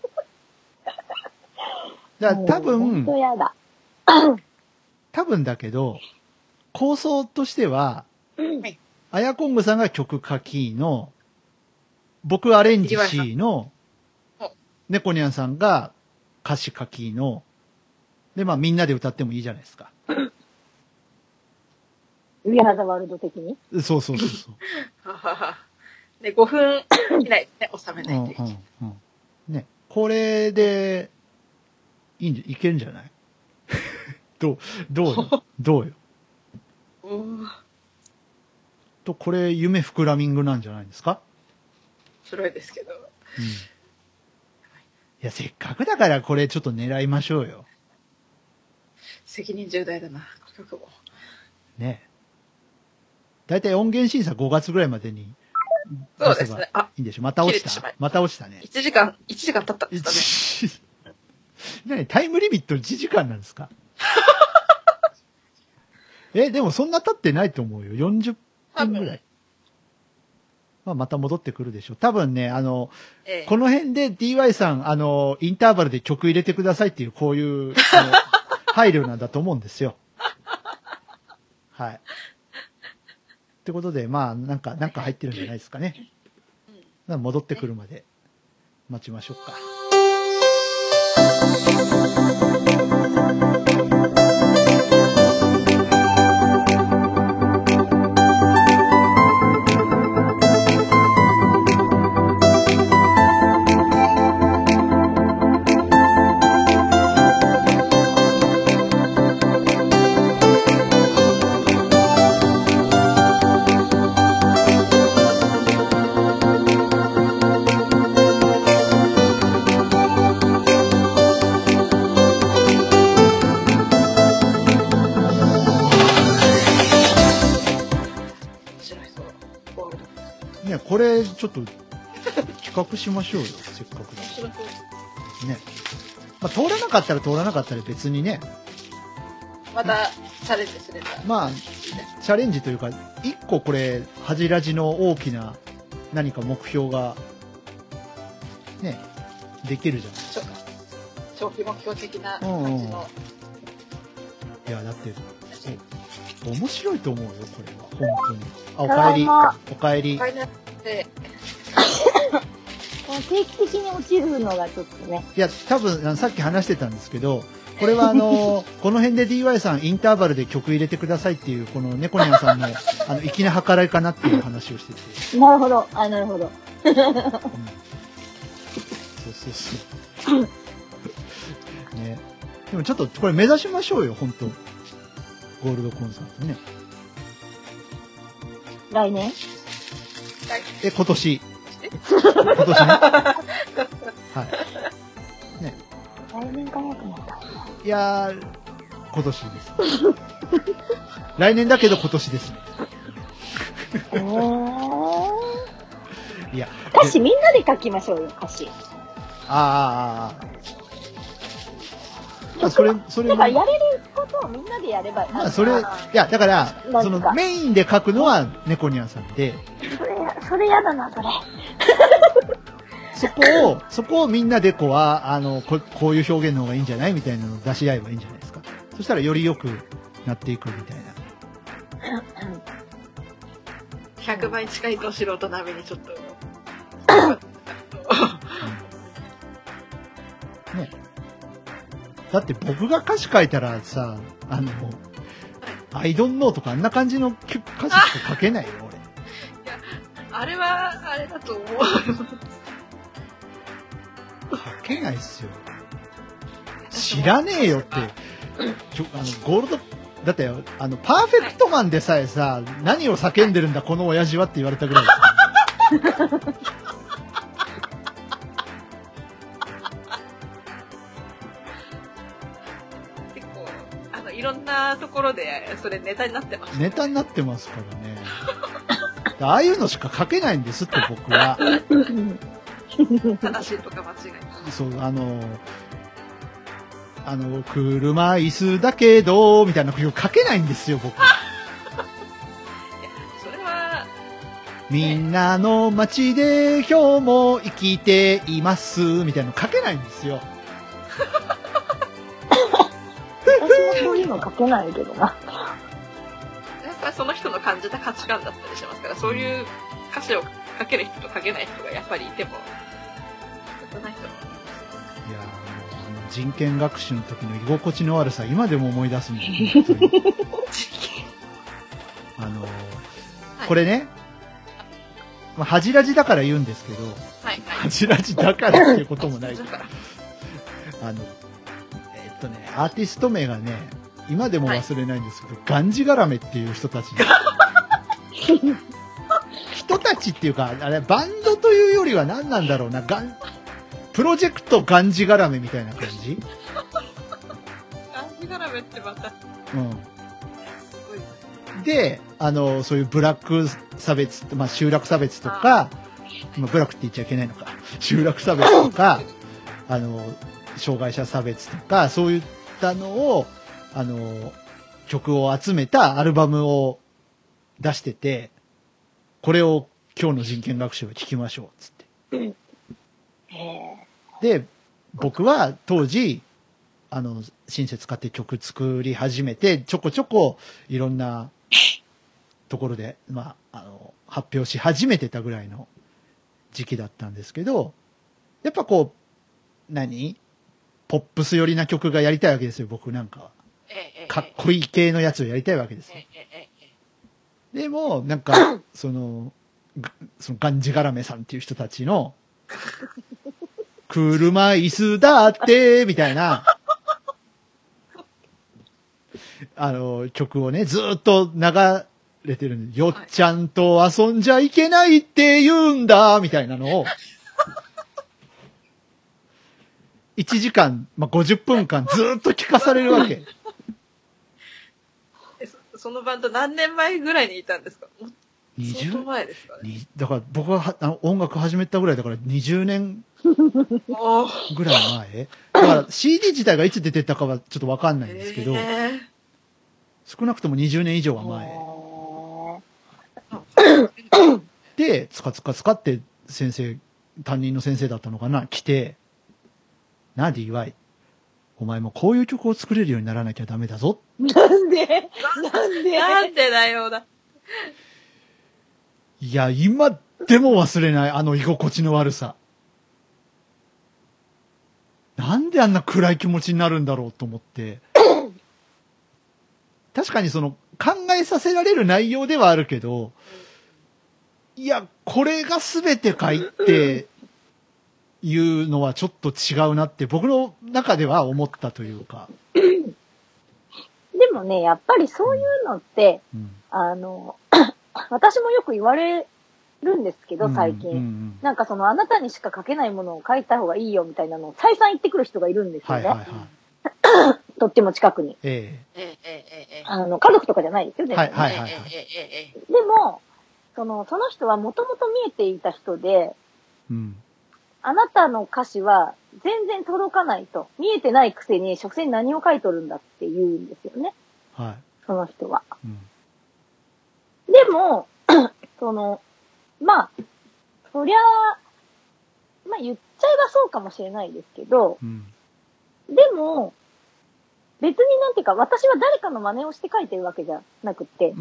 Speaker 2: だ多分、
Speaker 4: 本当やだ。
Speaker 2: 多分だけど、構想としては、あやこんぐさんが曲書きの、僕アレンジ C の、猫ニャンさんが歌詞書きの、で、まあみんなで歌ってもいいじゃないですか。
Speaker 4: ウィアーザワールド的に
Speaker 2: そうそうそうそう。
Speaker 3: で、ごふん以内で収めないといけない。
Speaker 2: うんうんうん、ね、これで、いいんじゃ、いけるんじゃないどう、どうよ。どうよ。と、これ、夢膨らミングなんじゃないですか？
Speaker 3: 白いですけど。うん。い
Speaker 2: や、せっかくだからこれちょっと狙いましょうよ。
Speaker 3: 責任重大だな、曲も。
Speaker 2: ね。だいたい音源審査ごがつぐらいまでに
Speaker 3: そうですね。あ、
Speaker 2: いいんでしょ。また落ちた。また落ちたね。
Speaker 3: いちじかん、いちじかん経ったんですかね。
Speaker 2: 何タイムリミットいちじかんなんですかえ、でもそんな経ってないと思うよ。よんじゅっぷんぐらい。まあ、また戻ってくるでしょう。多分ね、あの、ええ、この辺で ディーワイ さん、あの、インターバルで曲入れてくださいっていう、こういう、あの配慮なんだと思うんですよ。はい。ってことで、まあ、なんか、なんか入ってるんじゃないですかね。うん、戻ってくるまで待ちましょうか。これ、ちょっと、企画しましょうよ、せっかくだから。ね。まあ、通らなかったら通らなかったら別にね。
Speaker 3: また、チャレンジすれば。
Speaker 2: まあ、チャレンジというか、一個これ、恥じらじの大きな何か目標が、ね、できるじゃないですか。
Speaker 3: 長期目標的な感じの。うんうん、い
Speaker 2: や、だって、面白いと思うよ、これは。本当に。あ、おかえり。おかえり。
Speaker 4: 定期的に落ちるのがちょっとね。
Speaker 2: いや、多分、さっき話してたんですけど、これはあの、この辺で ディーワイ さんインターバルで曲入れてくださいっていう、この猫ニャンさんの、あの、粋な計らいかなっていう話をしてて。
Speaker 4: なるほど。あ、なるほど。うん、そうそう
Speaker 2: そう。ね。でもちょっとこれ目指しましょうよ、本当ゴールドコンサートね。
Speaker 4: 来年
Speaker 2: え、今年。今年ね。はい。ね。
Speaker 4: 来年かなと思った。
Speaker 2: いやー、今年です。来年だけど今年ですね。
Speaker 4: えー、
Speaker 2: いや。
Speaker 4: 歌詞みんなで書きましょうよ、歌詞。
Speaker 2: ああ。まあ、それ、それ
Speaker 4: だからやれることをみんなでやればいい。
Speaker 2: まあ、それ、いや、だから、そのメインで書くのは猫ニャンさんで。
Speaker 4: それ、それやだな、それ。
Speaker 2: そこを、そこをみんなでこう、ああのこ、こういう表現の方がいいんじゃないみたいなのを出し合えばいいんじゃないですか。そしたらより良くなっていくみたいな。
Speaker 3: ひゃくばい近いと素人並みにちょっと。
Speaker 2: ね。だって僕が歌詞書いたらさ、あの、アイドンノーとかあんな感じの歌詞しか書けないよ、俺。い
Speaker 3: や、あれは、あれだと思う。
Speaker 2: 書けないっすよ。知らねえよって。ちょあのゴールド、だってあの、パーフェクトマンでさえさ、何を叫んでるんだこの親父はって言われたぐらいですよ。
Speaker 3: 結構、あの、いろんなところで、それネタになってます、
Speaker 2: ね。ネタになってますからね。ああいうのしか書けないんですって、僕は。
Speaker 3: 正しいとか間違い。
Speaker 2: そう、あの、あの、車椅子だけど、みたいな曲書けないんですよ、僕。いや、
Speaker 3: それは、
Speaker 2: みんなの街で今日も生きています、みたいなの書けないんですよ。
Speaker 4: 私もそういうの書けないけどな。
Speaker 3: やっぱりその人の感じた価値観だったりしますから、そういう歌詞を書ける人と書けない人がやっぱりいても、仕方ないと思います。
Speaker 2: いやー、もうあの人権学習の時の居心地の悪さ、今でも思い出すもん。本当にあのーはい、これね、まあ、恥じらじだから言うんですけど、はいはい、恥じらじだからっていうこともないけど、あの、えー、っとね、アーティスト名がね、今でも忘れないんですけど、はい、がんじがらめっていう人たち人たちっていうか、あれ、バンドというよりは何なんだろうな、がん、プロジェクトがんじがらめみたいな感じ
Speaker 3: がんじがらめってまた。
Speaker 2: うん。で、あの、そういうブラック差別、まあ、集落差別とか、まあ、ブラックって言っちゃいけないのか、集落差別とか、あの、障害者差別とか、そういったのを、あの、曲を集めたアルバムを出してて、これを今日の人権学習を聞きましょう、つって。で、僕は当時、あの、シンセ使って曲作り始めて、ちょこちょこいろんなところで、まあ、あの、発表し始めてたぐらいの時期だったんですけど、やっぱこう、何？ポップス寄りな曲がやりたいわけですよ、僕なんかは。かっこいい系のやつをやりたいわけですよ。でも、なんか、その、そのがんじがらめさんっていう人たちの、車椅子だって、みたいな、あの、曲をね、ずーっと流れてるんで、よっちゃんと遊んじゃいけないって言うんだ、みたいなのを、いちじかん、まあ、ごじゅっぷんかんずーっと聞かされるわけ。
Speaker 3: そのバンド何年前ぐらいにいたんですか？にじゅう相当前ですかね。
Speaker 2: だから僕があの音楽始めたぐらいだからにじゅうねんぐらい前。だから シーディー 自体がいつ出てたかはちょっとわかんないんですけど、少なくともにじゅうねん以上は前。で、つかつかつかって先生、担任の先生だったのかな、来て、なディワイ。お前もこういう曲を作れるようにならなきゃダメだぞ。
Speaker 4: なんでなんで
Speaker 3: なんでだよだ。
Speaker 2: いや、今でも忘れない、あの居心地の悪さ。なんであんな暗い気持ちになるんだろうと思って。確かにその、考えさせられる内容ではあるけど、いや、これが全てかいっていうのはちょっと違うなって僕の中では思ったというか。
Speaker 4: でもね、やっぱりそういうのって、うん、あの、私もよく言われるんですけど、最近。うんうんうん、なんかその、あなたにしか書けないものを書いた方がいいよみたいなのを再三言ってくる人がいるんですよね。はいはいはい、とっても近くに。ええ、あの、家族とかじゃないですよね。はいはいはい、でも、その、その人はもともと見えていた人で、うん、あなたの歌詞は全然届かないと。見えてないくせに、所詮何を書いとるんだって言うんですよね。はい。その人は。うん、でも、その、まあ、 そりゃ、まあ言っちゃえばそうかもしれないですけど、うん、でも、別になんていうか、私は誰かの真似をして書いてるわけじゃなくって、うん、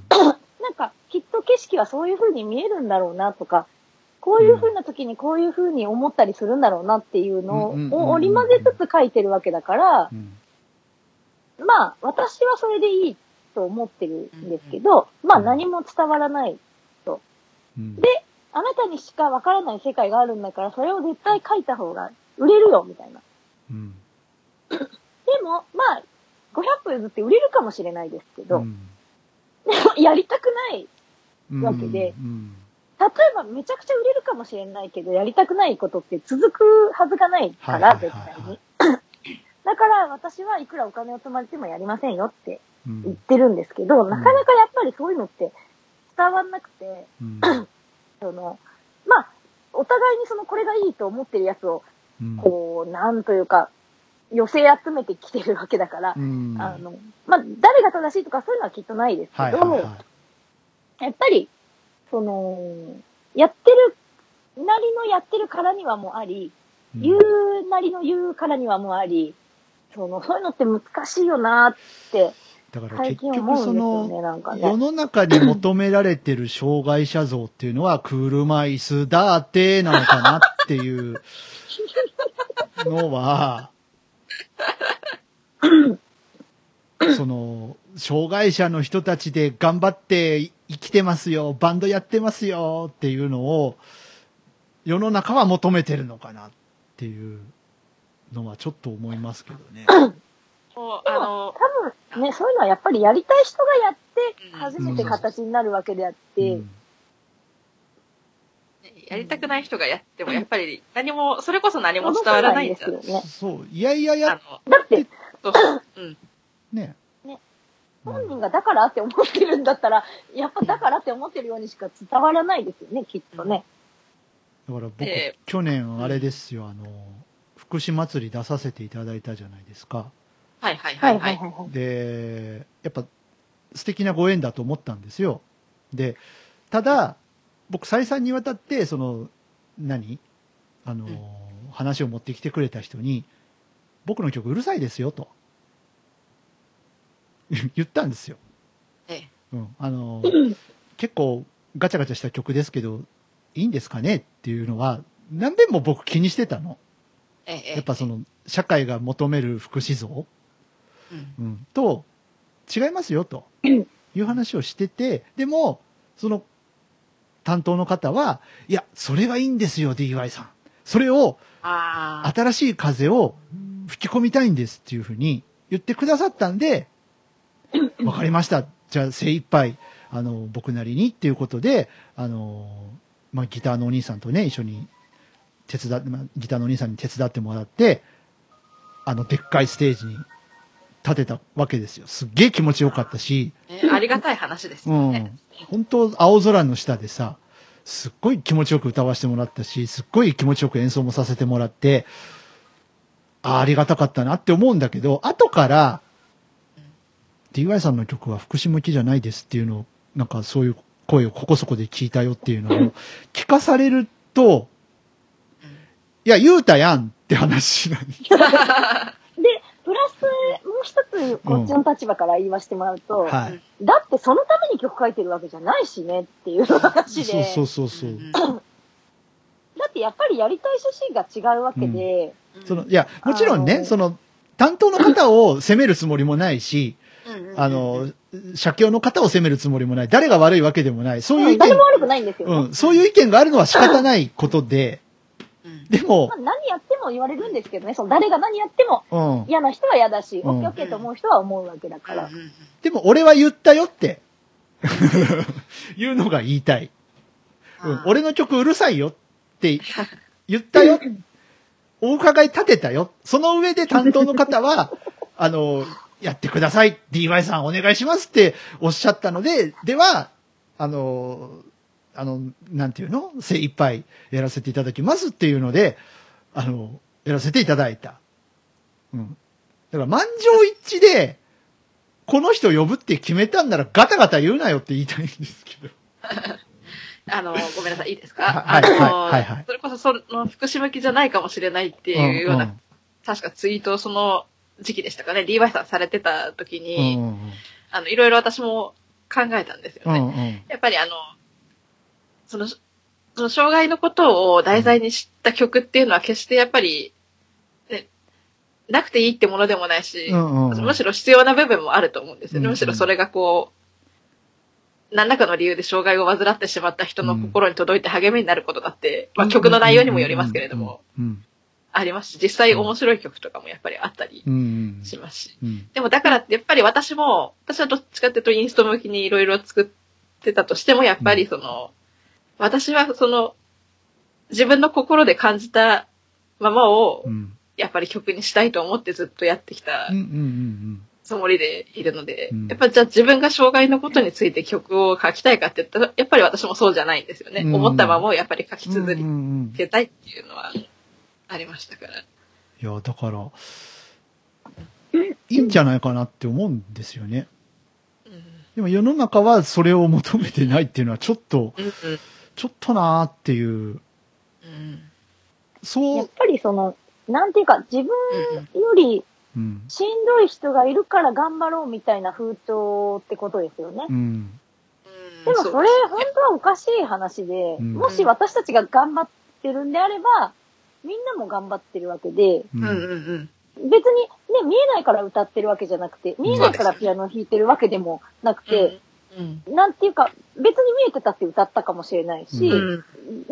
Speaker 4: なんか、きっと景色はそういう風に見えるんだろうなとか、こういう風な時にこういう風に思ったりするんだろうなっていうのを織り交ぜつつ書いてるわけだから、うん、まあ、私はそれでいいと思ってるんですけど、まあ何も伝わらないと。うん、で、あなたにしかわからない世界があるんだから、それを絶対書いた方が売れるよ、みたいな。うん、でも、まあ、ごひゃっぽ譲って売れるかもしれないですけど、うん、でもやりたくないわけで、うんうん、例えばめちゃくちゃ売れるかもしれないけど、やりたくないことって続くはずがないから、絶対に。だから私はいくらお金を積まれてもやりませんよって言ってるんですけど、うん、なかなかやっぱりそういうのって伝わんなくて、うん、その、まあ、お互いにそのこれがいいと思ってるやつを、こう、うん、なんというか、寄せ集めてきてるわけだから、うん、あの、まあ、誰が正しいとかそういうのはきっとないですけど、はいはいはい、やっぱり、その、やってる、なりのやってるからにはもあり、言うなりの言うからにはもあり、その、そういうのって難しいよなって、
Speaker 2: だから結局その、ね、世の中に求められてる障害者像っていうのは車椅子だってなのかなっていうのは、その、障害者の人たちで頑張って生きてますよ、バンドやってますよっていうのを世の中は求めてるのかなっていうのはちょっと思いますけどね。
Speaker 4: そう、あの、多分ね、そういうのはやっぱりやりたい人がやって初めて形になるわけであって、うんうん、
Speaker 3: やりたくない人がやってもやっぱり何も、それこそ何も伝わらないんですよ
Speaker 2: ね。そう、いやいややって。
Speaker 4: だって、
Speaker 3: そうそう、うん。
Speaker 2: ね。
Speaker 4: ね。本人がだからって思ってるんだったら、やっぱだからって思ってるようにしか伝わらないですよね、きっとね。
Speaker 2: だから僕、えー、去年あれですよ、あの、福祉祭り出させていただいたじゃないですか。
Speaker 3: はいはいはいはい。
Speaker 2: で、やっぱ素敵なご縁だと思ったんですよ。で、ただ、僕再三にわたって、その、何あの、うん、話を持ってきてくれた人に、僕の曲うるさいですよと。言ったんですよ。
Speaker 3: ええ。
Speaker 2: うん。あの、結構ガチャガチャした曲ですけど、いいんですかねっていうのは、何遍も僕気にしてたの。
Speaker 3: ええ。
Speaker 2: やっぱその、社会が求める福祉像、うんうん、と、違いますよという話をしてて、でも、その、担当の方は、いや、それがいいんですよ、ディーワイ さん。それを、新しい風を吹き込みたいんですっていうふうに言ってくださったんで、わかりました。じゃあ精一杯、あの、僕なりにっていうことで、あの、まあ、ギターのお兄さんとね、一緒に手伝って、まあ、ギターのお兄さんに手伝ってもらって、あの、でっかいステージに立てたわけですよ。すっげえ気持ちよかったし。
Speaker 3: えー、ありがたい話ですね。
Speaker 2: うん。本当青空の下でさ、すっごい気持ちよく歌わせてもらったし、すっごい気持ちよく演奏もさせてもらって、あ, ありがたかったなって思うんだけど、後から、ディーワイ さんの曲は福祉向きじゃないですっていうのを、なんかそういう声をここそこで聞いたよっていうのを聞かされると、いや、言うたやんって話なんで。
Speaker 4: で、プラス、もう一つ、こっちの立場から言わせてもらうと、うんはい、だってそのために曲書いてるわけじゃないしねっていう話で。
Speaker 2: そうそうそうそう。
Speaker 4: だってやっぱりやりたい趣旨が違うわけで。
Speaker 2: うん、その、いや、もちろんね、その、担当の方を責めるつもりもないし、あの、写経の方を責めるつもりもない。誰が悪いわけでもない。そういう意見。
Speaker 4: 誰も悪くないんですよ、ね。
Speaker 2: うん。そういう意見があるのは仕方ないことで、でも、
Speaker 4: まあ、何やっても言われるんですけどね。その誰が何やっても嫌な人は嫌だし、うん、オッケーオッケーと思う人は思うわけだから。うん、
Speaker 2: でも俺は言ったよって言うのが言いたい。うん、俺の曲うるさいよって言ったよ。お伺い立てたよ。その上で担当の方は、あの、やってください。ディーワイ さんお願いしますっておっしゃったので、では、あの、あの、なんていうの？精一杯やらせていただきますっていうので、あの、やらせていただいた。うん。だから満場一致で、この人呼ぶって決めたんならガタガタ言うなよって言いたいんですけど。
Speaker 3: あの、ごめんなさい、いいですか？
Speaker 2: はい、
Speaker 3: あの、
Speaker 2: はい、はい。
Speaker 3: それこそその、福祉向きじゃないかもしれないっていうような、うんうん、確かツイートをその時期でしたかね、ディーワイ さんされてた時に、うんうん、あの、いろいろ私も考えたんですよね。うんうん、やっぱりあの、その、その障害のことを題材にした曲っていうのは決してやっぱり、ね、なくていいってものでもないし、うんうんうん、むしろ必要な部分もあると思うんですよね。うんうん、むしろそれがこう、何らかの理由で障害を患ってしまった人の心に届いて励みになることだって、うん、まあ曲の内容にもよりますけれども、うんうんうん、ありますし、実際面白い曲とかもやっぱりあったりしますし。うんうん、でもだからってやっぱり私も、私はどっちかっていうとインスト向きにいろいろ作ってたとしても、やっぱりその、私はその、自分の心で感じたままを、やっぱり曲にしたいと思ってずっとやってきたつもりでいるので、うん、やっぱりじゃあ自分が障害のことについて曲を書きたいかって言ったら、やっぱり私もそうじゃないんですよね。うん、思ったままをやっぱり書き続けたいっていうのはありましたから。い
Speaker 2: や、だから、いいんじゃないかなって思うんですよね。うん、でも世の中はそれを求めてないっていうのはちょっと、うんうん、ちょっとなーっていう。うん、
Speaker 4: そう。やっぱりその、なんていうか、自分よりしんどい人がいるから頑張ろうみたいな風潮ってことですよね。うん、でもそれ本当はおかしい話で、うん、もし私たちが頑張ってるんであれば、みんなも頑張ってるわけで、うん、別にね、見えないから歌ってるわけじゃなくて、見えないからピアノ弾いてるわけでもなくて、うんうん、なんていうか、別に見えてたって歌ったかもしれないし、うん、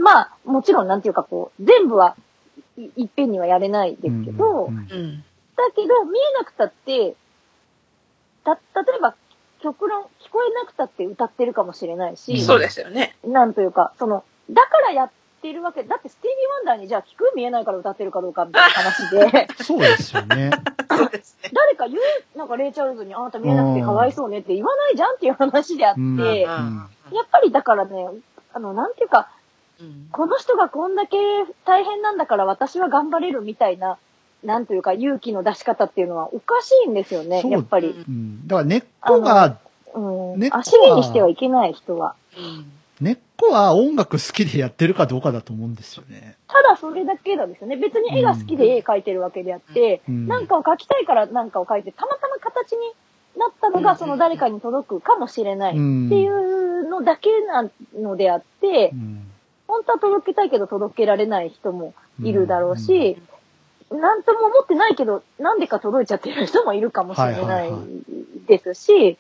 Speaker 4: まあ、もちろんなんていうかこう、全部はいっぺんにはやれないですけど、うんうん、だけど、見えなくたって、た、例えば、極論、聞こえなくたって歌ってるかもしれないし、
Speaker 3: そうですよね。
Speaker 4: なんというか、その、だからやってるわけ、だってスティービー・ワンダーにじゃあ聞く見えないから歌ってるかどうかみたいな話で。
Speaker 2: そうですよね。
Speaker 3: そうですね。
Speaker 4: 誰か言う、なんかレイ・チャールズにあなた見えなくてかわいそうねって言わないじゃんっていう話であって、うん、やっぱりだからね、あの、なんていうか、うん、この人がこんだけ大変なんだから私は頑張れるみたいな、なんというか勇気の出し方っていうのはおかしいんですよね、やっぱり。
Speaker 2: うん、だから根っこが、
Speaker 4: うん、足毛にしてはいけない人は。
Speaker 2: うん根っこは音楽好きでやってるかどうかだと思うんですよね。
Speaker 4: ただそれだけなんですよね。別に絵が好きで絵描いてるわけであって、うん、なんかを描きたいからなんかを描いて、たまたま形になったのがその誰かに届くかもしれないっていうのだけなのであって、うん、本当は届けたいけど届けられない人もいるだろうし、うん、なんとも思ってないけど、なんでか届いちゃってる人もいるかもしれないですし、はいはいはい、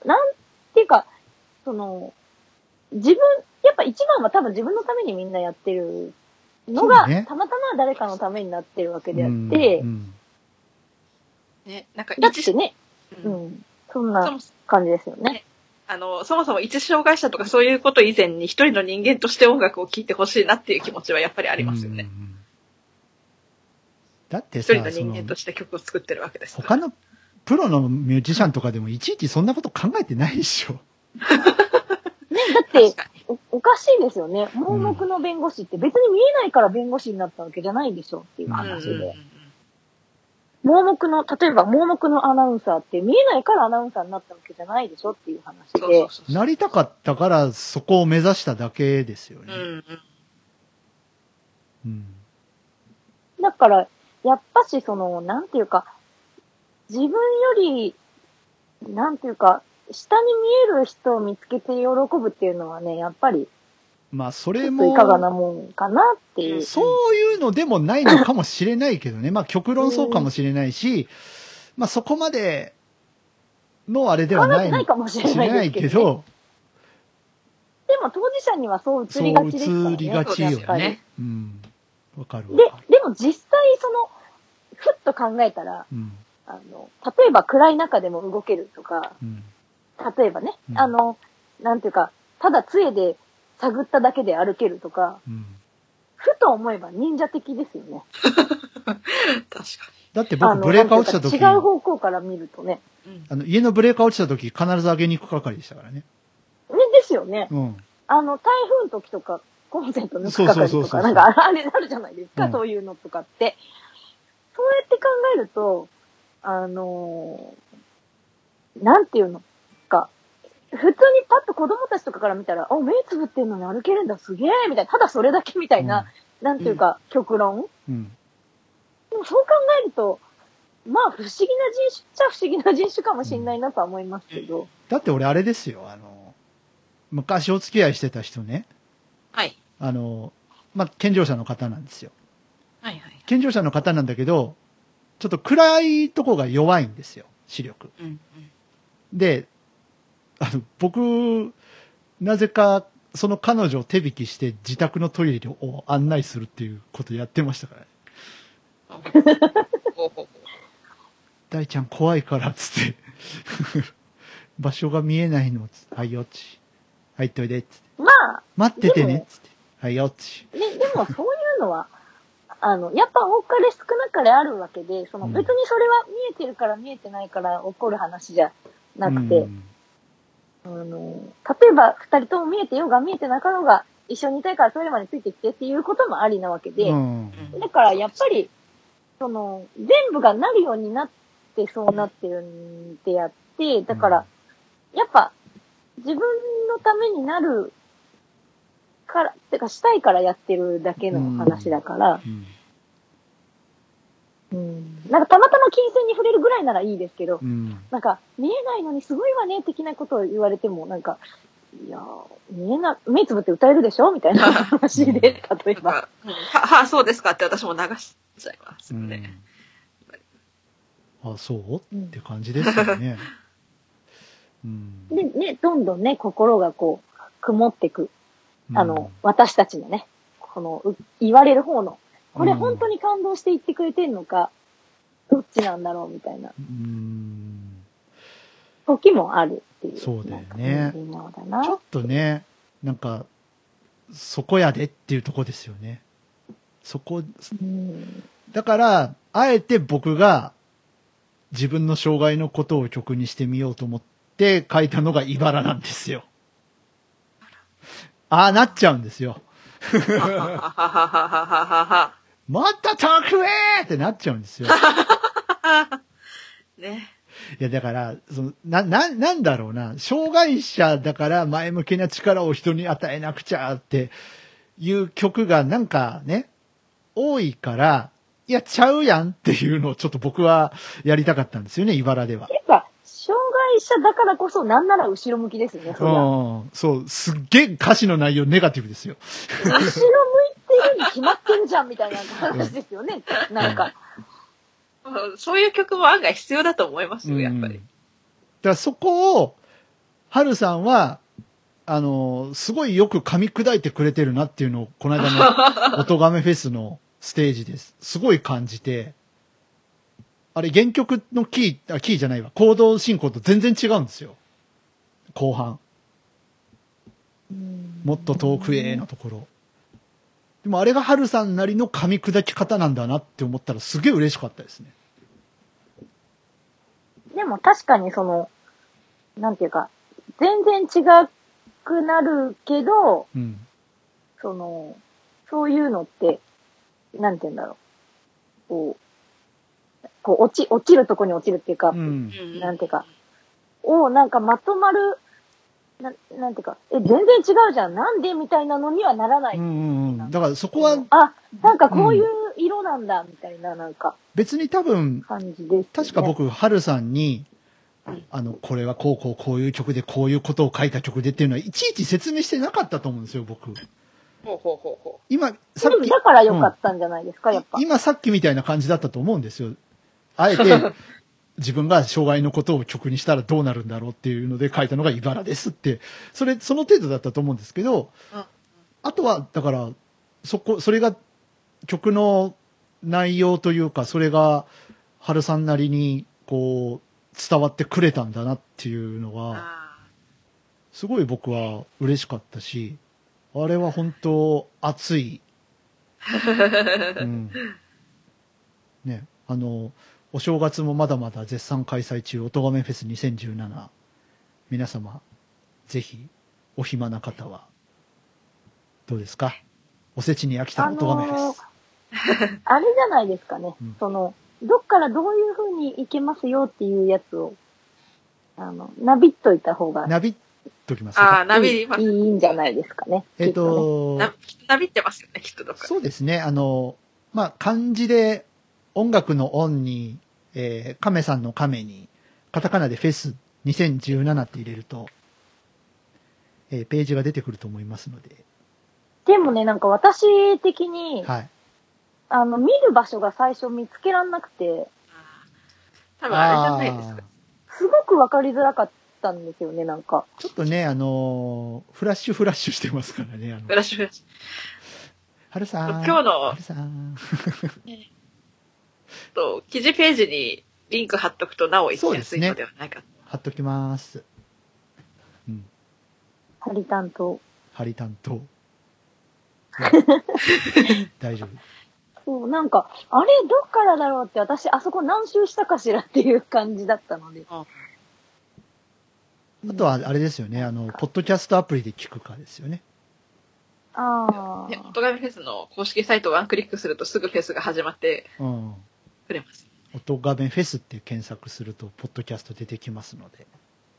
Speaker 4: なんていうか、その、自分、やっぱ一番は多分自分のためにみんなやってるのが、ね、たまたま誰かのためになってるわけであって、うんうん、
Speaker 3: ね、なんか
Speaker 4: だってね、うん、うん、そんな感じですよね。ね
Speaker 3: あの、そもそも一障害者とかそういうこと以前に一人の人間として音楽を聴いてほしいなっていう気持ちはやっぱりありますよね。うん、
Speaker 2: だってさ、
Speaker 3: 一人の人間として曲を作ってるわけですから。
Speaker 2: 他のプロのミュージシャンとかでもいちいちそんなこと考えてないでしょ。
Speaker 4: ね、だってお、おかしいですよね。盲目の弁護士って別に見えないから弁護士になったわけじゃないでしょっていう話で。うんうんうん、盲目の、例えば盲目のアナウンサーって見えないからアナウンサーになったわけじゃないでしょっていう話で。そうそうそうそう、
Speaker 2: なりたかったからそこを目指しただけですよね。うんうん
Speaker 4: うん、だから、やっぱしその、なんていうか、自分より、なんていうか、下に見える人を見つけて喜ぶっていうのはね、やっぱり、
Speaker 2: まあそれも、
Speaker 4: いかがなもんかなっていう。
Speaker 2: そういうのでもないのかもしれないけどね。まあ極論そうかもしれないし、まあそこまでのあれではない
Speaker 4: ないかもしれないけど、でも当事者にはそう映りがちですからね。
Speaker 2: そう映りがちよね。うん。わかるわ。
Speaker 4: で、でも実際その、ふっと考えたら、うん、あの、例えば暗い中でも動けるとか、うん、例えばね、うん、あの、なんていうか、ただ杖で探っただけで歩けるとか、うん、ふと思えば忍者的ですよね。
Speaker 3: 確かに。
Speaker 2: だって僕ブレーカー落ちた時、
Speaker 4: 違う方向から見るとね。
Speaker 2: あの、家のブレーカー落ちた時必ず上げに行く係でしたからね。
Speaker 4: ね、ですよね。うん、あの、台風の時とか、コンセント抜く係とか、なんかあれあるじゃないですか、うん、そういうのとかって。そうやって考えると、あのー、なんていうのか、 普通にパッと子供たちとかから見たら、あ、目つぶってんのに歩けるんだ、すげえみたいな、ただそれだけみたいな、うん、なんていうか、うん、極論、うん。でもそう考えると、まあ不思議な人種っちゃ不思議な人種かもしれないなとは思いますけど。
Speaker 2: だって俺あれですよ、あの、昔お付き合いしてた人ね。
Speaker 3: はい。
Speaker 2: あの、まあ、健常者の方なんですよ。
Speaker 3: はいはい。
Speaker 2: 健常者の方なんだけど、ちょっと暗いとこが弱いんですよ、視力。うんうん、で、あの、僕、なぜか、その彼女を手引きして自宅のトイレを案内するっていうことやってましたからね。大ちゃん怖いからっつって場所が見えないのっつって、はいよっち。はいといでっつって。
Speaker 4: まあ。
Speaker 2: 待っててねっつって。はいよっち。
Speaker 4: ね、でもそういうのは、あの、やっぱ多かれ少なかれあるわけで、その、別にそれは見えてるから見えてないから起こる話じゃなくて、うんあの、例えば二人とも見えてようが見えてなかろうが一緒にいたいからトイレまでついてきてっていうこともありなわけで、うん、だからやっぱり、その、全部がなるようになってそうなってるんであって、だから、やっぱ自分のためになるから、てかしたいからやってるだけの話だから、うんうん、なんかたまたま金銭に触れるぐらいならいいですけど、うん、なんか見えないのにすごいわね的なことを言われてもなんかいや見えな目つぶって歌えるでしょみたいな話で例えばは
Speaker 3: はそうですかって私も流しちゃいますね、
Speaker 2: うん、あそうって感じですよね、
Speaker 4: うん、でねどんどんね心がこう曇ってくあの、うん、私たちのねこの言われる方のこれ本当に感動して言ってくれてんのか、どっちなんだろうみたいな。うーん時もあるっていう。
Speaker 2: そうだよね。ちょっとね、なんか、そこやでっていうとこですよね。そこ、だから、あえて僕が自分の障害のことを曲にしてみようと思って書いたのが茨なんですよ。ああなっちゃうんですよ。もっと遠くへってなっちゃうんですよ。
Speaker 3: ね。
Speaker 2: いや、だから、その、な、な、なんだろうな。障害者だから前向きな力を人に与えなくちゃっていう曲がなんかね、多いから、いや、ちゃうやんっていうのをちょっと僕はやりたかったんですよね、茨では。
Speaker 4: やっぱ、障害者だからこそなんなら後ろ向きですよね、そりゃ。
Speaker 2: うん。そう、すっげえ歌詞の内容ネガティブですよ。
Speaker 4: 後ろ向いてるに決まってるじゃんみたいな話ですよね、うん、なんか。
Speaker 3: そういう曲も案外必要だと思いますよ、やっぱり。うん、だか
Speaker 2: らそこを、ハルさんは、あの、すごいよく噛み砕いてくれてるなっていうのを、この間の音亀フェスのステージです。すごい感じて、あれ原曲のキー、あ、キーじゃないわ、コード進行と全然違うんですよ。後半。もっと遠くへのところ。でもあれがハルさんなりの噛み砕き方なんだなって思ったらすげえ嬉しかったですね。
Speaker 4: でも確かにその、なんていうか、全然違くなるけど、うん、その、そういうのって、なんていうんだろう。こう、こう落ち、落ちるとこに落ちるっていうか、うん、なんていうか、をなんかまとまる、な, なんていうか、え、全然違うじゃん。なんでみたいなのにはならない。うん
Speaker 2: うん、だからそこは、
Speaker 4: あ、なんかこういう色なんだ、みたいな、なんか。
Speaker 2: 別に多分、
Speaker 4: 感じです、ね。
Speaker 2: 確か僕、ハルさんに、あの、これはこうこうこういう曲でこういうことを書いた曲でっていうのは、いちいち説明してなかったと思うんですよ、僕。
Speaker 3: ほうほうほうほう。
Speaker 2: 今、さっき。
Speaker 4: だから良かったんじゃないですか、うん、やっぱ。
Speaker 2: 今さっきみたいな感じだったと思うんですよ。あえて、自分が障害のことを曲にしたらどうなるんだろうっていうので書いたのが茨ですって、それ、その程度だったと思うんですけど、うん、あとは、だから、そこ、それが曲の内容というか、それが、春さんなりに、こう、伝わってくれたんだなっていうのは、すごい僕は嬉しかったし、あれは本当熱い。うん、ね、あの、お正月もまだまだ絶賛開催中、音亀フェスにせんじゅうなな。皆様、ぜひ、お暇な方は、どうですか？おせちに飽きた音亀フェス。
Speaker 4: あのー、あれじゃないですかね。うん、その、どっからどういう風に行けますよっていうやつを、あの、なびっといた方が。
Speaker 2: なびっときます
Speaker 3: ああ、なびります。
Speaker 4: いいんじゃないですかね。
Speaker 2: えっと、
Speaker 3: な、なびってますよね、きっとどっか。
Speaker 2: そうですね。あの、まあ、漢字で音楽の音に、えー、亀さんの亀に、カタカナでフェスにせんじゅうななって入れると、えー、ページが出てくると思いますので。
Speaker 4: でもね、なんか私的に、
Speaker 2: はい。
Speaker 4: あの、見る場所が最初見つけらんなくて、
Speaker 3: 多分あれじゃないですか。
Speaker 4: すごくわかりづらかったんですよね、なんか。
Speaker 2: ちょっとね、あのー、フラッシュフラッシュしてますからね。あの
Speaker 3: フラッシュフラッシュ。
Speaker 2: はるさん。
Speaker 3: 今日の、
Speaker 2: はるさん。
Speaker 3: と、記事ページにリンク貼っとくとなお行きやすいのではないか。
Speaker 2: ね、貼っときます。うん。
Speaker 4: ハリ担当。
Speaker 2: ハリ担当。大丈夫。
Speaker 4: そう、なんか、あれ、どっからだろうって私、あそこ何周したかしらっていう感じだったので。あ,
Speaker 2: あとは、あれですよね、あの、ポッドキャストアプリで聞くかですよね。
Speaker 4: ああ。
Speaker 3: ね、音亀フェスの公式サイトをワンクリックするとすぐフェスが始まってくれます。
Speaker 2: うん、音亀フェスって検索すると、ポッドキャスト出てきますので。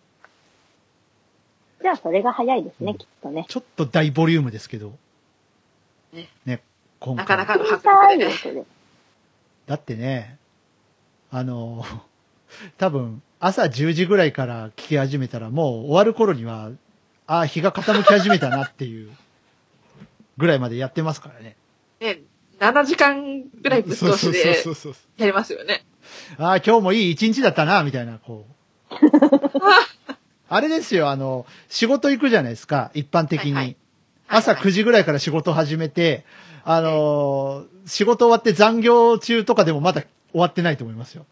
Speaker 4: じゃあ、それが早いですね、うん、きっとね。
Speaker 2: ちょっと大ボリュームですけど。
Speaker 3: ね。
Speaker 2: ね、今
Speaker 3: 回。なかなかの迫力でね。
Speaker 2: だってね、あの、多分、朝じゅうじぐらいから聞き始めたら、もう終わる頃には、ああ、日が傾き始めたなっていう、ぐらいまでやってますからね。
Speaker 3: ね、ななじかんぐらいぶっ通しで、やりますよね。
Speaker 2: ああ、今日もいい一日だったな、みたいな、こう。あれですよ、あの、仕事行くじゃないですか、一般的に。はいはい、朝くじぐらいから仕事始めて、あのー、仕事終わって残業中とかでもまだ終わってないと思いますよ。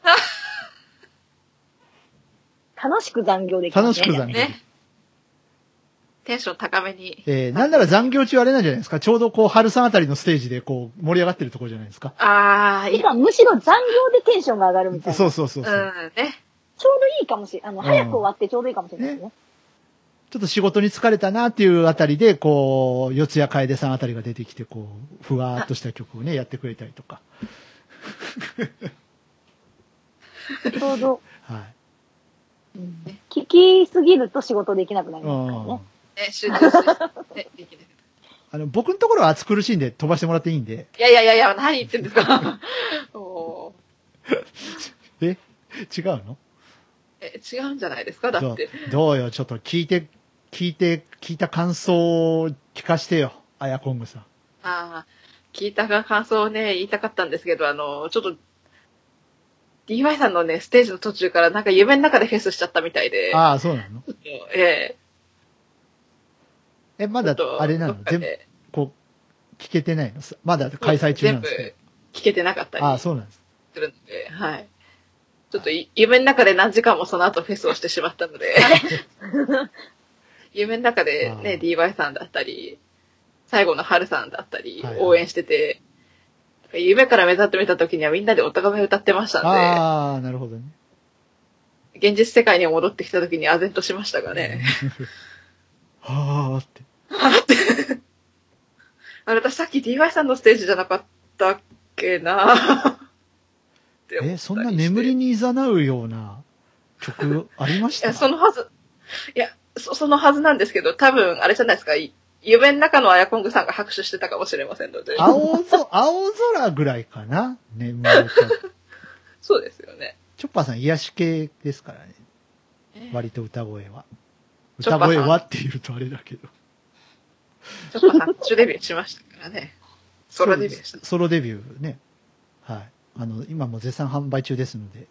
Speaker 4: 楽しく残業できますね。
Speaker 2: 楽しく残業できる。ね。
Speaker 3: テンション高めに。
Speaker 2: えー、なんなら残業中あれなんじゃないですか。ちょうどこう、春さんあたりのステージでこう、盛り上がってるところじゃないですか。
Speaker 3: ああ、
Speaker 4: いや、むしろ残業でテンションが上がるみたいな。
Speaker 2: そうそうそうそう。
Speaker 3: うん、ね。
Speaker 4: ちょうどいいかもしれない。あの、早く終わってちょうどいいかもしれないですね。ね、
Speaker 2: ちょっと仕事に疲れたなっていうあたりで、こう、四谷楓さんあたりが出てきて、こう、ふわーっとした曲をね、やってくれたりとか。
Speaker 4: ちょうど。
Speaker 2: はい。
Speaker 4: うん、聞きすぎると仕事できなくなりますからね。
Speaker 3: ね、集中して、ね、できない。
Speaker 2: あの、僕のところは暑苦しいんで飛ばしてもらっていいんで。
Speaker 3: いやいやいやいや、何言ってんですか。
Speaker 2: え違うの
Speaker 3: え、違うんじゃないですかだって。
Speaker 2: どうよ、ちょっと聞いて、聞いて、聞いた感想を聞かしてよ、あやこんぐさん。
Speaker 3: ああ、聞いた感想をね、言いたかったんですけど、あの、ちょっと、ディーワイ さんのね、ステージの途中からなんか夢の中でフェスしちゃったみたいで。
Speaker 2: ああ、そうなの
Speaker 3: ええ。
Speaker 2: え、まだ、あれなの全部、こう、聞けてないのまだ開催中なんですか全部
Speaker 3: 聞けてなかったり。
Speaker 2: ああ、そうなんです。
Speaker 3: するので、はい。ちょっと夢の中で何時間もその後フェスをしてしまったので、夢の中でね、ディーワイ さんだったり、最後の春さんだったり、応援してて、はいはい、夢から目立ってみた時にはみんなでお互い歌ってましたんで、
Speaker 2: ああ、なるほどね。
Speaker 3: 現実世界に戻ってきた時に唖然としましたがね。
Speaker 2: はーって。
Speaker 3: はーって。あれ、私さっき ディーワイ さんのステージじゃなかったっけな
Speaker 2: え、そんな眠りに誘うような曲ありました？
Speaker 3: いや、そのはず、いやそ、そのはずなんですけど、多分、あれじゃないですか、夢の中のあやこんぐさんが拍手してたかもしれませんので。
Speaker 2: 青空、青空ぐらいかな眠ると。
Speaker 3: そうですよね。
Speaker 2: チョッパーさん癒し系ですからね。えー、割と歌声は。歌声はって言うとあれだけど。
Speaker 3: チョッパーさん、初デビューしましたからね。ソロデビューした。
Speaker 2: ソロデビューね。はい。あの、今も絶賛販売中ですので。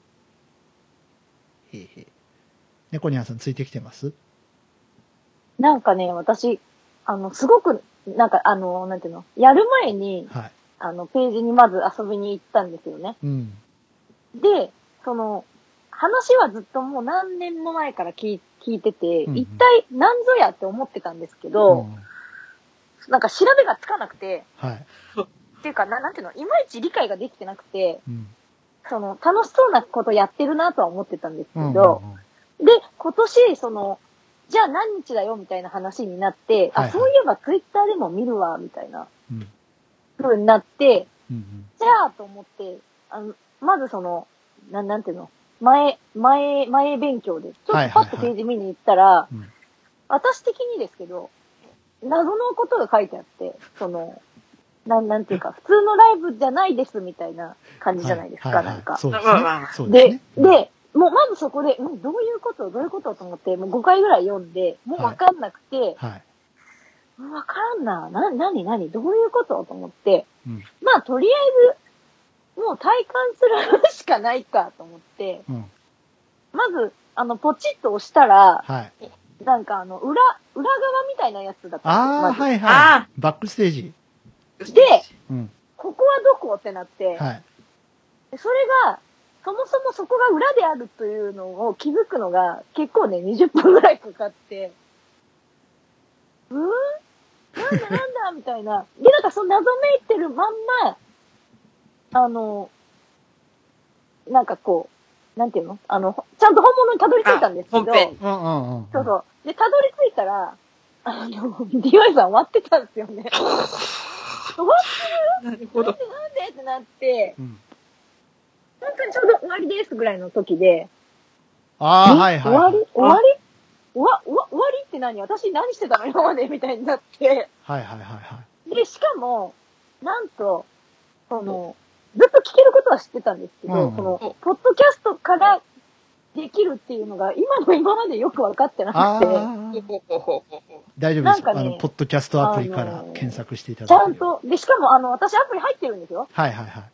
Speaker 2: へへ。猫ニャンさんついてきてます？
Speaker 4: なんかね、私、あの、すごく、なんか、あの、なんていうの、やる前に、はい、あの、ページにまず遊びに行ったんですよね。
Speaker 2: うん。
Speaker 4: で、その、話はずっともう何年も前から聞い聞いてて、うんうん、一体何ぞやって思ってたんですけど、うん、なんか調べがつかなくて、
Speaker 2: はい。
Speaker 4: っていうか、な、なんていうの、いまいち理解ができてなくて、うん、その、楽しそうなことやってるなとは思ってたんですけど、うんうんうん、で、今年、その、じゃあ何日だよみたいな話になって、はいはい、あ、そういえばツイッターでも見るわ、みたいな、うん、風になって、うんうん、じゃあと思って、あの、まずその、な、なんていうの、前、前、前勉強で、ちょっとパッとページ見に行ったら、はいはいはい、 私的にですけど、謎のことが書いてあって、その、なん、なんていうか、普通のライブじゃないですみたいな感じじゃないですか、はいはいはい、なんか。
Speaker 2: そうですね。で、
Speaker 4: で、で、もうまずそこで、うん、どういうことどういうことと思って、もうごかいぐらい読んで、もうわかんなくて、はい。わかんな。な、なになにどういうことと思って、うん、まあ、とりあえず、もう体感するしかないかと思って、うん、まず、あの、ポチッと押したら、はい、なんかあの、裏、裏側みたいなやつだったんですよ。
Speaker 2: ああ、はいはい。バックステージ。
Speaker 4: で、うん、ここはどこってなって、はい、それが、そもそもそこが裏であるというのを気づくのが結構ね、にじゅっぷんぐらいかかって、うーんなんだなんだみたいな。で、なんかその謎めいてるまんま、あの、なんかこう、なんていうのあの、ちゃんと本物にたどり着いたんですけど、
Speaker 3: 本編。
Speaker 2: うんうんうん。
Speaker 4: そうそう。で、たどり着いたら、あの、ディワイさん終わってたんですよね。終わってる
Speaker 3: なるほど。
Speaker 4: なんでなんでってなって、うん、本当にちょうど終わりですぐらいの時で、
Speaker 2: ああ、はいはい。
Speaker 4: 終わり終わり終わ、終わ、終わりって何私何してたの今までみたいになって。
Speaker 2: はいはいはいはい。
Speaker 4: で、しかも、なんと、その、ずっと聞けることは知ってたんですけど、うんうん、その、ポッドキャストからできるっていうのが、今の今までよく分かってなくて。
Speaker 2: 大丈夫です。なんかね、あの、ポッドキャストアプリから検索していただ
Speaker 4: いて。ちゃんと、で、しかも、あの、私アプリ入ってるんですよ。
Speaker 2: はいはいはい。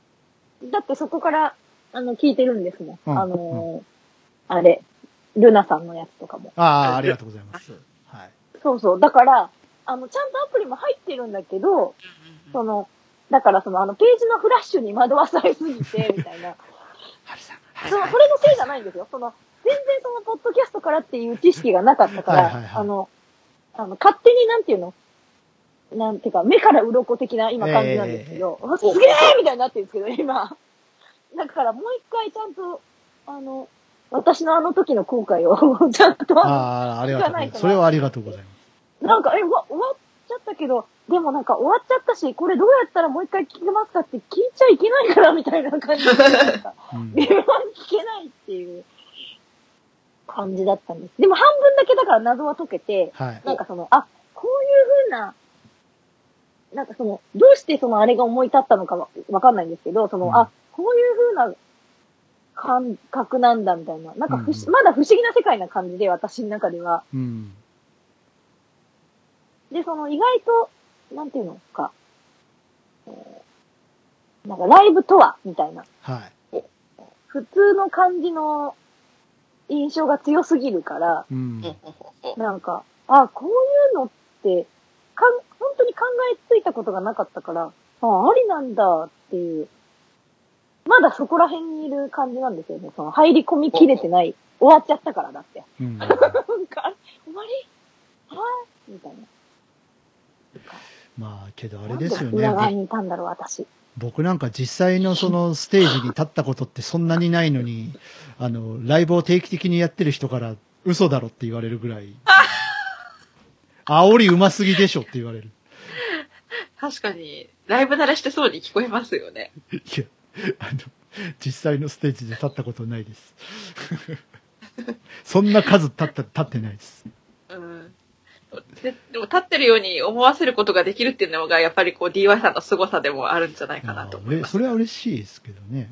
Speaker 4: だってそこから、あの、聞いてるんですもん。うん、あのーうん、あれ、ルナさんのやつとかも。
Speaker 2: ああ、ありがとうございます。はい。
Speaker 4: そうそう。だから、あの、ちゃんとアプリも入ってるんだけど、その、だからその、あの、ページのフラッシュに惑わされすぎて、みたいな。
Speaker 2: ハルさん。
Speaker 4: その、それのせいじゃないんですよ。その、全然その、ポッドキャストからっていう知識がなかったから、はいはいはい、あの、あの、勝手になんていうのなんていうか、目から鱗的な今感じなんですけど、えー、すげーみたいになってるんですけど、今。だからもう一回ちゃんと、あの、私のあの時の後悔をちゃんと、
Speaker 2: ああ、ありがとうございます。それはありがとうございます。
Speaker 4: なんか、え、わ、終わっちゃったけど、でもなんか終わっちゃったし、これどうやったらもう一回聞けますかって聞いちゃいけないからみたいな感じで、なんか、微妙に聞けないっていう感じだったんです。でも半分だけだから謎は解けて、はい、なんかその、あ、こういう風な、なんかその、どうしてそのあれが思い立ったのかわかんないんですけど、その、うん、あ、こういう風な感覚なんだみたいな、なんかふし、うん、まだ不思議な世界な感じで、私の中では。うん、で、その意外と、なんていうのか、えー、なんかライブとは、みたいな。はい。普通の感じの印象が強すぎるから、うん、なんか、あ、こういうのって、かん、本当に考えついたことがなかったから、あ、ありなんだっていう、まだそこら辺にいる感じなんですよね。その入り込みきれてない。終わっちゃったからだって。うん、なんか、終わりはい、みたいな。
Speaker 2: まあ、けどあれですよね。
Speaker 4: 裏側にいたんだろう、私。
Speaker 2: 僕なんか実際のそのステージに立ったことってそんなにないのに、あの、ライブを定期的にやってる人から嘘だろって言われるぐらい、煽りうますぎでしょって言われる。
Speaker 3: 確かに、ライブ慣れしてそうに聞こえますよね。
Speaker 2: いや、あの、実際のステージで立ったことないです。そんな数立った、立ってないです。
Speaker 3: うんで, でも立ってるように思わせることができるっていうのがやっぱりこう ディーワイ さんの凄さでもあるんじゃないかなと思います。
Speaker 2: それは嬉しいですけどね。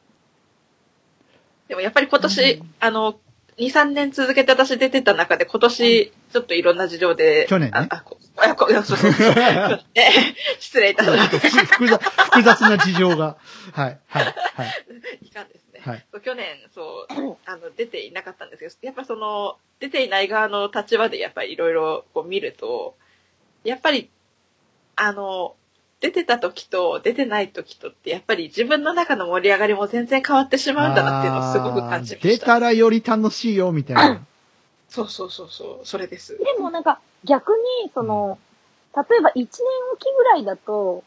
Speaker 3: でもやっぱり今年、うん、あのに、さんねん続けて私出てた中で今年ちょっといろんな事情で
Speaker 2: 去年ね。
Speaker 3: あああこそうそうそうね、失礼いたしました。
Speaker 2: 複雑複雑な事情がはいはいはい。
Speaker 3: いかんですね。はい、去年そうあの出ていなかったんですけど、やっぱその出ていない側の立場でやっぱりいろいろこう見ると、やっぱりあの出てた時と出てない時とってやっぱり自分の中の盛り上がりも全然変わってしまうんだなっていうのをすごく感じました。
Speaker 2: 出たらより楽しいよみたいな。
Speaker 3: そうそうそうそう、それです。
Speaker 4: でもなんか逆にその、うん、例えばいちねんおきぐらいだと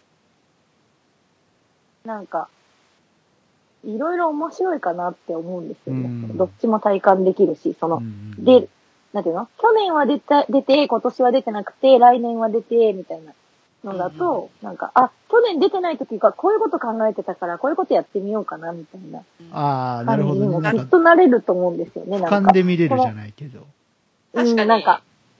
Speaker 4: なんかいろいろ面白いかなって思うんですよね。うん、どっちも体感できるし、その、うん、で、なんていうの去年は出た、出て、今年は出てなくて、来年は出て、みたいなのだと、うん、なんか、あ、去年出てない時がこういうこと考えてたから、こういうことやってみようかな、みたいな。
Speaker 2: ああ、なるほど、ね。
Speaker 4: きっとなれると思うんですよね、なんか。
Speaker 2: 俯瞰で見れるじゃないけど。
Speaker 3: 確かに。
Speaker 4: なんか、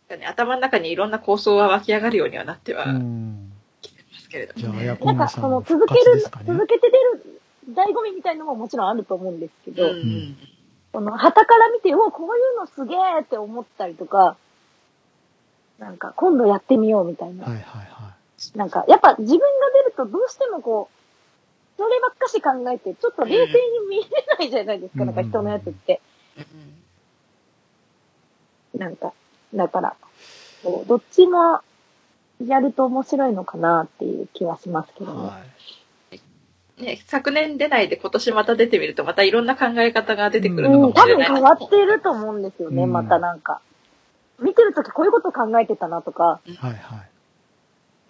Speaker 3: 頭の中にいろんな構想は湧き上がるようにはなってはきてますけれども、ね。
Speaker 2: じゃあ、
Speaker 4: なんか、その、続ける、続けて出る醍醐味みたいなのももちろんあると思うんですけど、うん、その、旗から見て、お、こういうのすげーって思ったりとか、なんか、今度やってみようみたいな。
Speaker 2: はいはいはい。
Speaker 4: なんか、やっぱ自分が出るとどうしてもこう、そればっかし考えて、ちょっと冷静に見えないじゃないですか、うん、なんか人のやつって。うん、なんか、だから、どっちもやると面白いのかなっていう気はしますけどね。はい
Speaker 3: ね、昨年出ないで今年また出てみるとまたいろんな考え方が出てくるのかもしれない、
Speaker 4: うん。多分変わっていると思うんですよね、うん、またなんか。見てるときこういうこと考えてたなとか。
Speaker 2: はいはい。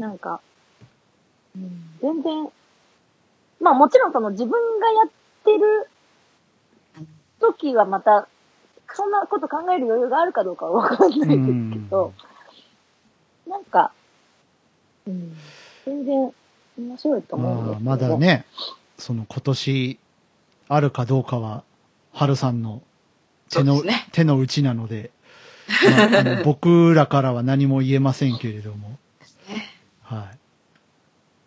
Speaker 4: なんか、うん、全然、まあもちろんその自分がやってる時はまた、そんなこと考える余裕があるかどうかはわかんないですけど、なんか、うん、全然面白いと思うんですけど、
Speaker 2: まあ、まだね、その今年あるかどうかは、春さんの手の、ね、手の内なので、まあ、あの僕らからは何も言えませんけれども、はい。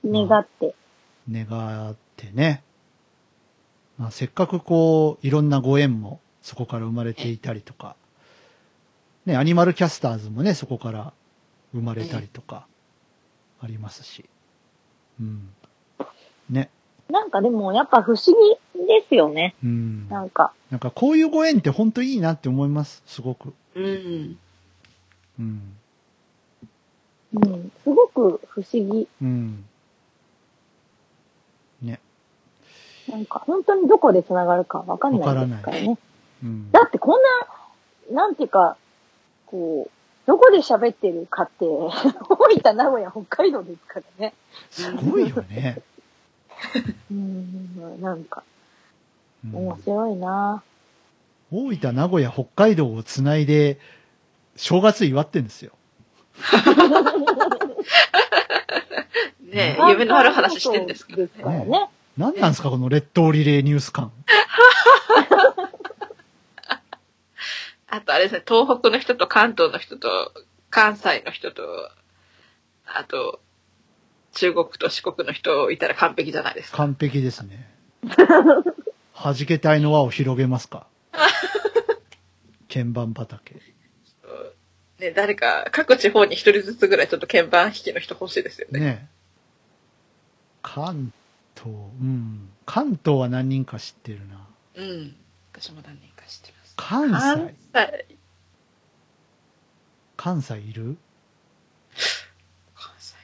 Speaker 4: 願って。
Speaker 2: まあ、願ってね。まあ、せっかくこう、いろんなご縁もそこから生まれていたりとか、ね、アニマルキャスターズもね、そこから生まれたりとか、ありますし。うん。ね。
Speaker 4: なんかでも、やっぱ不思議ですよね。うん。なんか。
Speaker 2: なんかこういうご縁って本当いいなって思います、すごく。
Speaker 3: うん。
Speaker 2: うん。
Speaker 4: うん。すごく不思議。
Speaker 2: うん。ね。
Speaker 4: なんか、本当にどこで繋がるかわかんないですからね。うん、だってこんな、なんていうか、こう、どこで喋ってるかって、大分、名古屋、北海道ですからね。
Speaker 2: すごいよね。
Speaker 4: うん、なんか、面白いな、
Speaker 2: うん、大分、名古屋、北海道をつないで、正月祝ってんですよ。
Speaker 3: ねえ、夢のある話してんですからね。ね、
Speaker 2: 何なんですか、この列島リレーニュース感。
Speaker 3: あとあれですね、東北の人と関東の人と関西の人と、あと、中国と四国の人いたら完璧じゃないですか。
Speaker 2: 完璧ですね。弾けたいの輪を広げますか。鍵盤畑。
Speaker 3: ね、誰か、各地方に一人ずつぐらいちょっと鍵盤弾きの人欲しいですよね。ね。
Speaker 2: 関東、うん。関東は何人か知ってるな。
Speaker 3: うん。私も何人か知ってます。
Speaker 2: 関西
Speaker 3: 関西。
Speaker 2: 関西いる？
Speaker 3: 関西ね。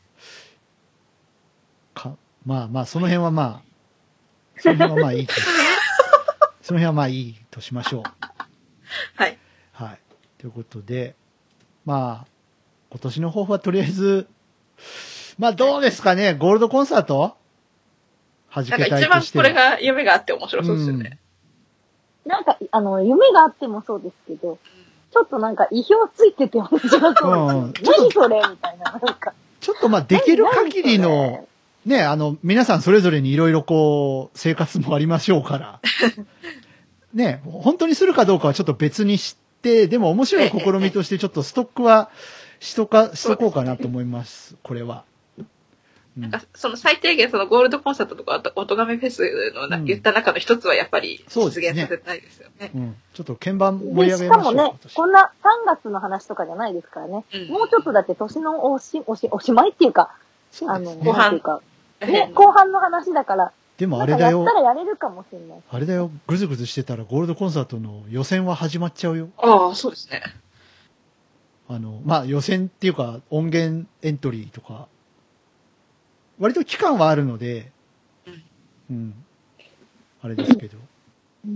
Speaker 2: か、まあまあ、その辺はまあ、その辺はまあいいとし、その辺はまあいいとしましょう。
Speaker 3: はい。
Speaker 2: はい。ということで、まあ、今年の抱負はとりあえず、まあどうですかね、ゴールドコンサート弾けたいとしては。
Speaker 3: なんか一番これが夢があって面白そうですよね。
Speaker 4: うん、なんか、あの、夢があってもそうですけど、ちょっとなんか意表ついてて面白そうですよ、うん。何それみたいな、なんか。
Speaker 2: ちょっとまあできる限りの、ね、あの、皆さんそれぞれにいろいろこう、生活もありましょうから。ね、本当にするかどうかはちょっと別にして、でも面白い試みとしてちょっとストックはしとか、しとこうかなと思います、これは。
Speaker 3: うん、なんかその最低限そのゴールドコンサートとかおとがめフェスのな、うん、言った中の一つはやっぱり実現させたいですよね。
Speaker 2: うん、ちょっと鍵盤盛り上げましょう。
Speaker 4: しかもね、こんなさんがつの話とかじゃないですからね。うん、もうちょっとだって年のおし、おし、おしまいっていうか、
Speaker 2: そうですね、
Speaker 4: あの、後半っていうか、ね、後半の話だから、
Speaker 2: でもあれだよ。
Speaker 4: やったらやれるかもしれない。
Speaker 2: あれだよ、ぐずぐずしてたらゴールドコンサートの予選は始まっちゃうよ。
Speaker 3: ああ、そうですね。
Speaker 2: あの、まあ、予選っていうか音源エントリーとか、割と期間はあるので、うん。うん。あれですけど。うん。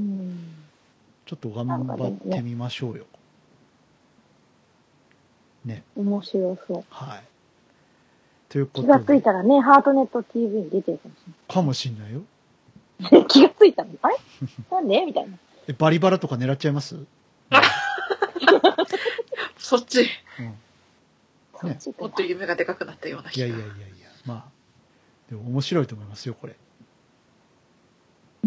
Speaker 2: ちょっと頑張ってみましょうよ。ね。
Speaker 4: 面白そう。
Speaker 2: はい。ということ
Speaker 4: で。気がついたらね、ハートネット ティーブイ に出てる
Speaker 2: かもしれない。かもしんないよ。
Speaker 4: 気がついたのあれなんでみたいな。
Speaker 2: え、バリバラとか狙っちゃいます？
Speaker 3: そっち。うん。ね。もっと夢がでかくなったような気が。
Speaker 2: いやいやいやいや、まあ。でも面白いと思いますよ、これ。
Speaker 4: うん。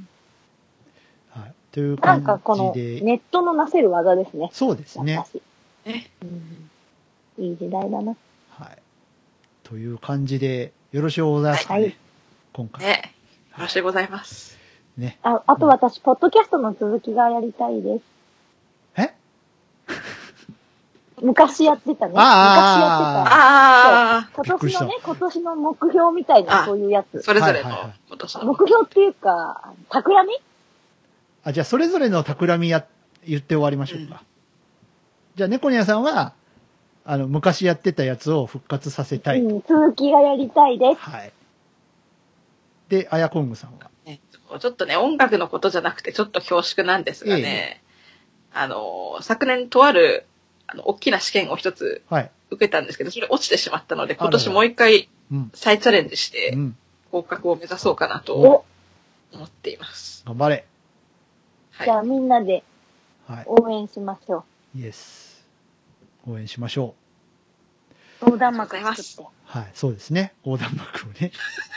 Speaker 2: はい。という感じで。
Speaker 4: なんかこのネットのなせる技ですね。
Speaker 2: そうですね。
Speaker 3: ね。
Speaker 4: うん、いい時代だな。
Speaker 2: はい。という感じで、よろしゅうございますかね。はい、今回。
Speaker 3: ね。よろしゅうございます。
Speaker 2: ね。
Speaker 4: あ、あと私、ポッドキャストの続きがやりたいです。
Speaker 2: え
Speaker 4: 昔やってたね。昔やってた。
Speaker 3: ああ。
Speaker 4: 今年のね、今年の目標みたいな、そういうやつ。
Speaker 3: それぞれの今
Speaker 4: 年の。目標っていうか、企み
Speaker 2: あ、じゃあそれぞれの企みや、言って終わりましょうか。うん、じゃあ、猫ニャさんは、あの、昔やってたやつを復活させたい。
Speaker 4: うん、続きがやりたいです。
Speaker 2: はい。で、あやこんぐさんは、
Speaker 3: ね、ちょっとね、音楽のことじゃなくて、ちょっと恐縮なんですがね、ええ、あの、昨年とある、あの、大きな試験を一つ受けたんですけど、はい、それ落ちてしまったので、今年もう一回再チャレンジして、合格を目指そうかなと思っています。
Speaker 2: 頑張れ。
Speaker 4: はい、じゃあみんなで応援しましょ
Speaker 2: う。イエス。応援しましょ
Speaker 4: う。横断幕作って。
Speaker 2: はい、そうですね。横断幕をね。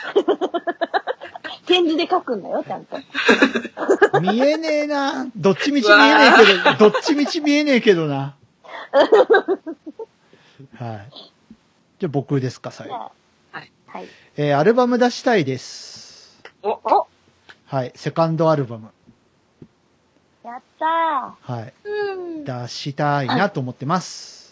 Speaker 4: 点字で書くんだよ、ちゃんと。
Speaker 2: 見えねえな。どっちみち見えねえけど、どっちみち見えねえけどな。はい。じゃあ僕ですか、最後。
Speaker 3: はい。
Speaker 4: はい。
Speaker 2: えー、アルバム出したいです。
Speaker 3: おお
Speaker 2: はい、セカンドアルバム。
Speaker 4: やった
Speaker 2: ー。はい。出したいなと思ってます。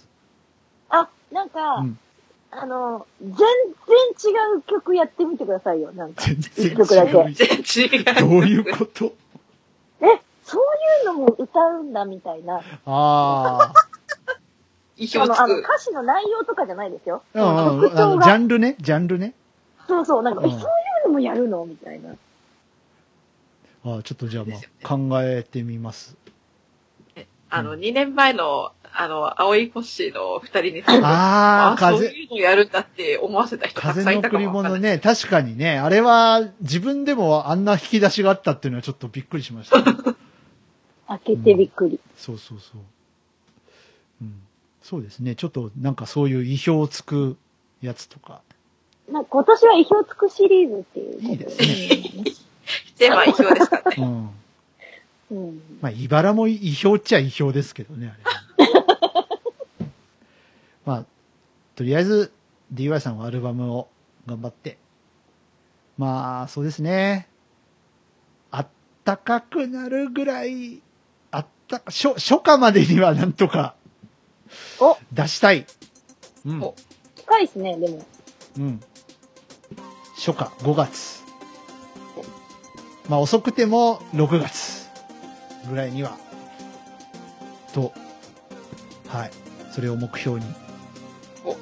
Speaker 4: あ、なんか、うん、あの、全然違う曲やってみてくださいよ、なんか。
Speaker 2: 全然違う。
Speaker 3: 曲だけ。全然違う。
Speaker 2: どういうこと
Speaker 4: え、そういうのも歌うんだみたいな。
Speaker 2: ああ。
Speaker 3: 意表つく。
Speaker 4: あの、歌詞の内容とかじゃないですよ。
Speaker 2: うん、うん、あの、ジャンルね、ジャンルね。
Speaker 4: そうそう、なんか、うん、そういうのもやるのみたいな。
Speaker 2: ああ、ちょっとじゃあまあ、考えてみます。
Speaker 3: あの、うん、にねんまえの、あの、青いコッシーの二人に、
Speaker 2: ああ、
Speaker 3: 風。そういうのやるんだって思わせた人たくさんいたかもわかんない。
Speaker 2: 風の贈り物ね、確かにね、あれは自分でもあんな引き出しがあったっていうのはちょっとびっくりしました、ね。
Speaker 4: 開けてびっくり、うん。
Speaker 2: そうそうそう。うん。そうですね、ちょっとなんかそういう意表をつくやつとか。
Speaker 4: まあ、今年は意表つくシリーズっていう。
Speaker 2: いいですね。
Speaker 3: テーマは意表ですからね。
Speaker 2: うん。うん、まあ、茨も意表っちゃ意表ですけどね、あれ。まあ、とりあえず ディーワイ さんはアルバムを頑張って。まあ、そうですね。あったかくなるぐらい、あったか、初、初夏までにはなんとか、出したい。
Speaker 4: うん。近いですね、でも。
Speaker 2: うん。初夏、ごがつ。まあ、遅くてもろくがつ。ぐらいには、と、はい。それを目標に、はい、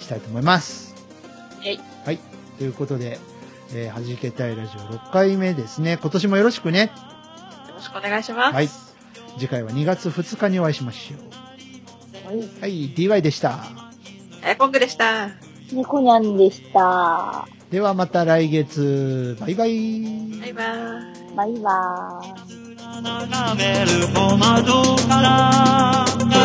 Speaker 2: したいと思います。
Speaker 3: はい。
Speaker 2: はい。ということで、えー、はじけたいラジオろっかいめですね。今年もよろしくね。よ
Speaker 3: ろしくお願いします。
Speaker 2: はい。次回はにがつふつかにお会いしましょう。はい。はい、ディーワイ でした。
Speaker 3: あやこんぐでした。
Speaker 4: 猫にゃんでした。
Speaker 2: ではまた来月。バイバイ。
Speaker 3: バイバイ。
Speaker 4: バイバイ。
Speaker 5: 眺める小窓からなんとな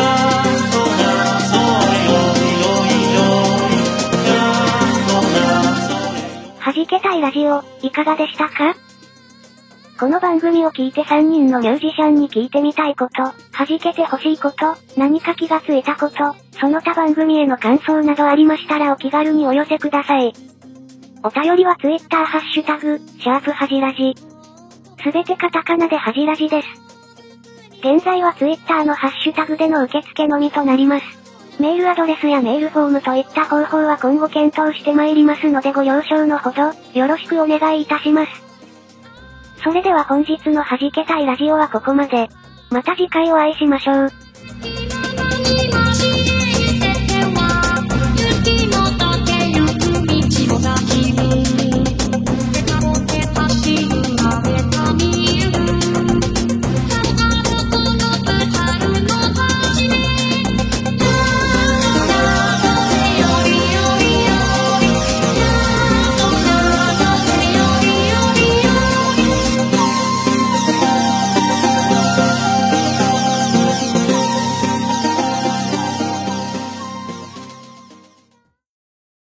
Speaker 5: そうよいよいよなんとなそれ
Speaker 1: はじけたいラジオ、いかがでしたか？この番組を聞いてさんにんのミュージシャンに聞いてみたいこと、はじけてほしいこと、何か気がついたこと、その他番組への感想などありましたらお気軽にお寄せください。お便りはツイッターハッシュタグ、シャープはじラジ。すべてカタカナではじラジです。現在はツイッターのハッシュタグでの受付のみとなります。メールアドレスやメールフォームといった方法は今後検討してまいりますのでご了承のほど、よろしくお願いいたします。それでは本日のはじけたいラジオはここまで。また次回お会いしましょう。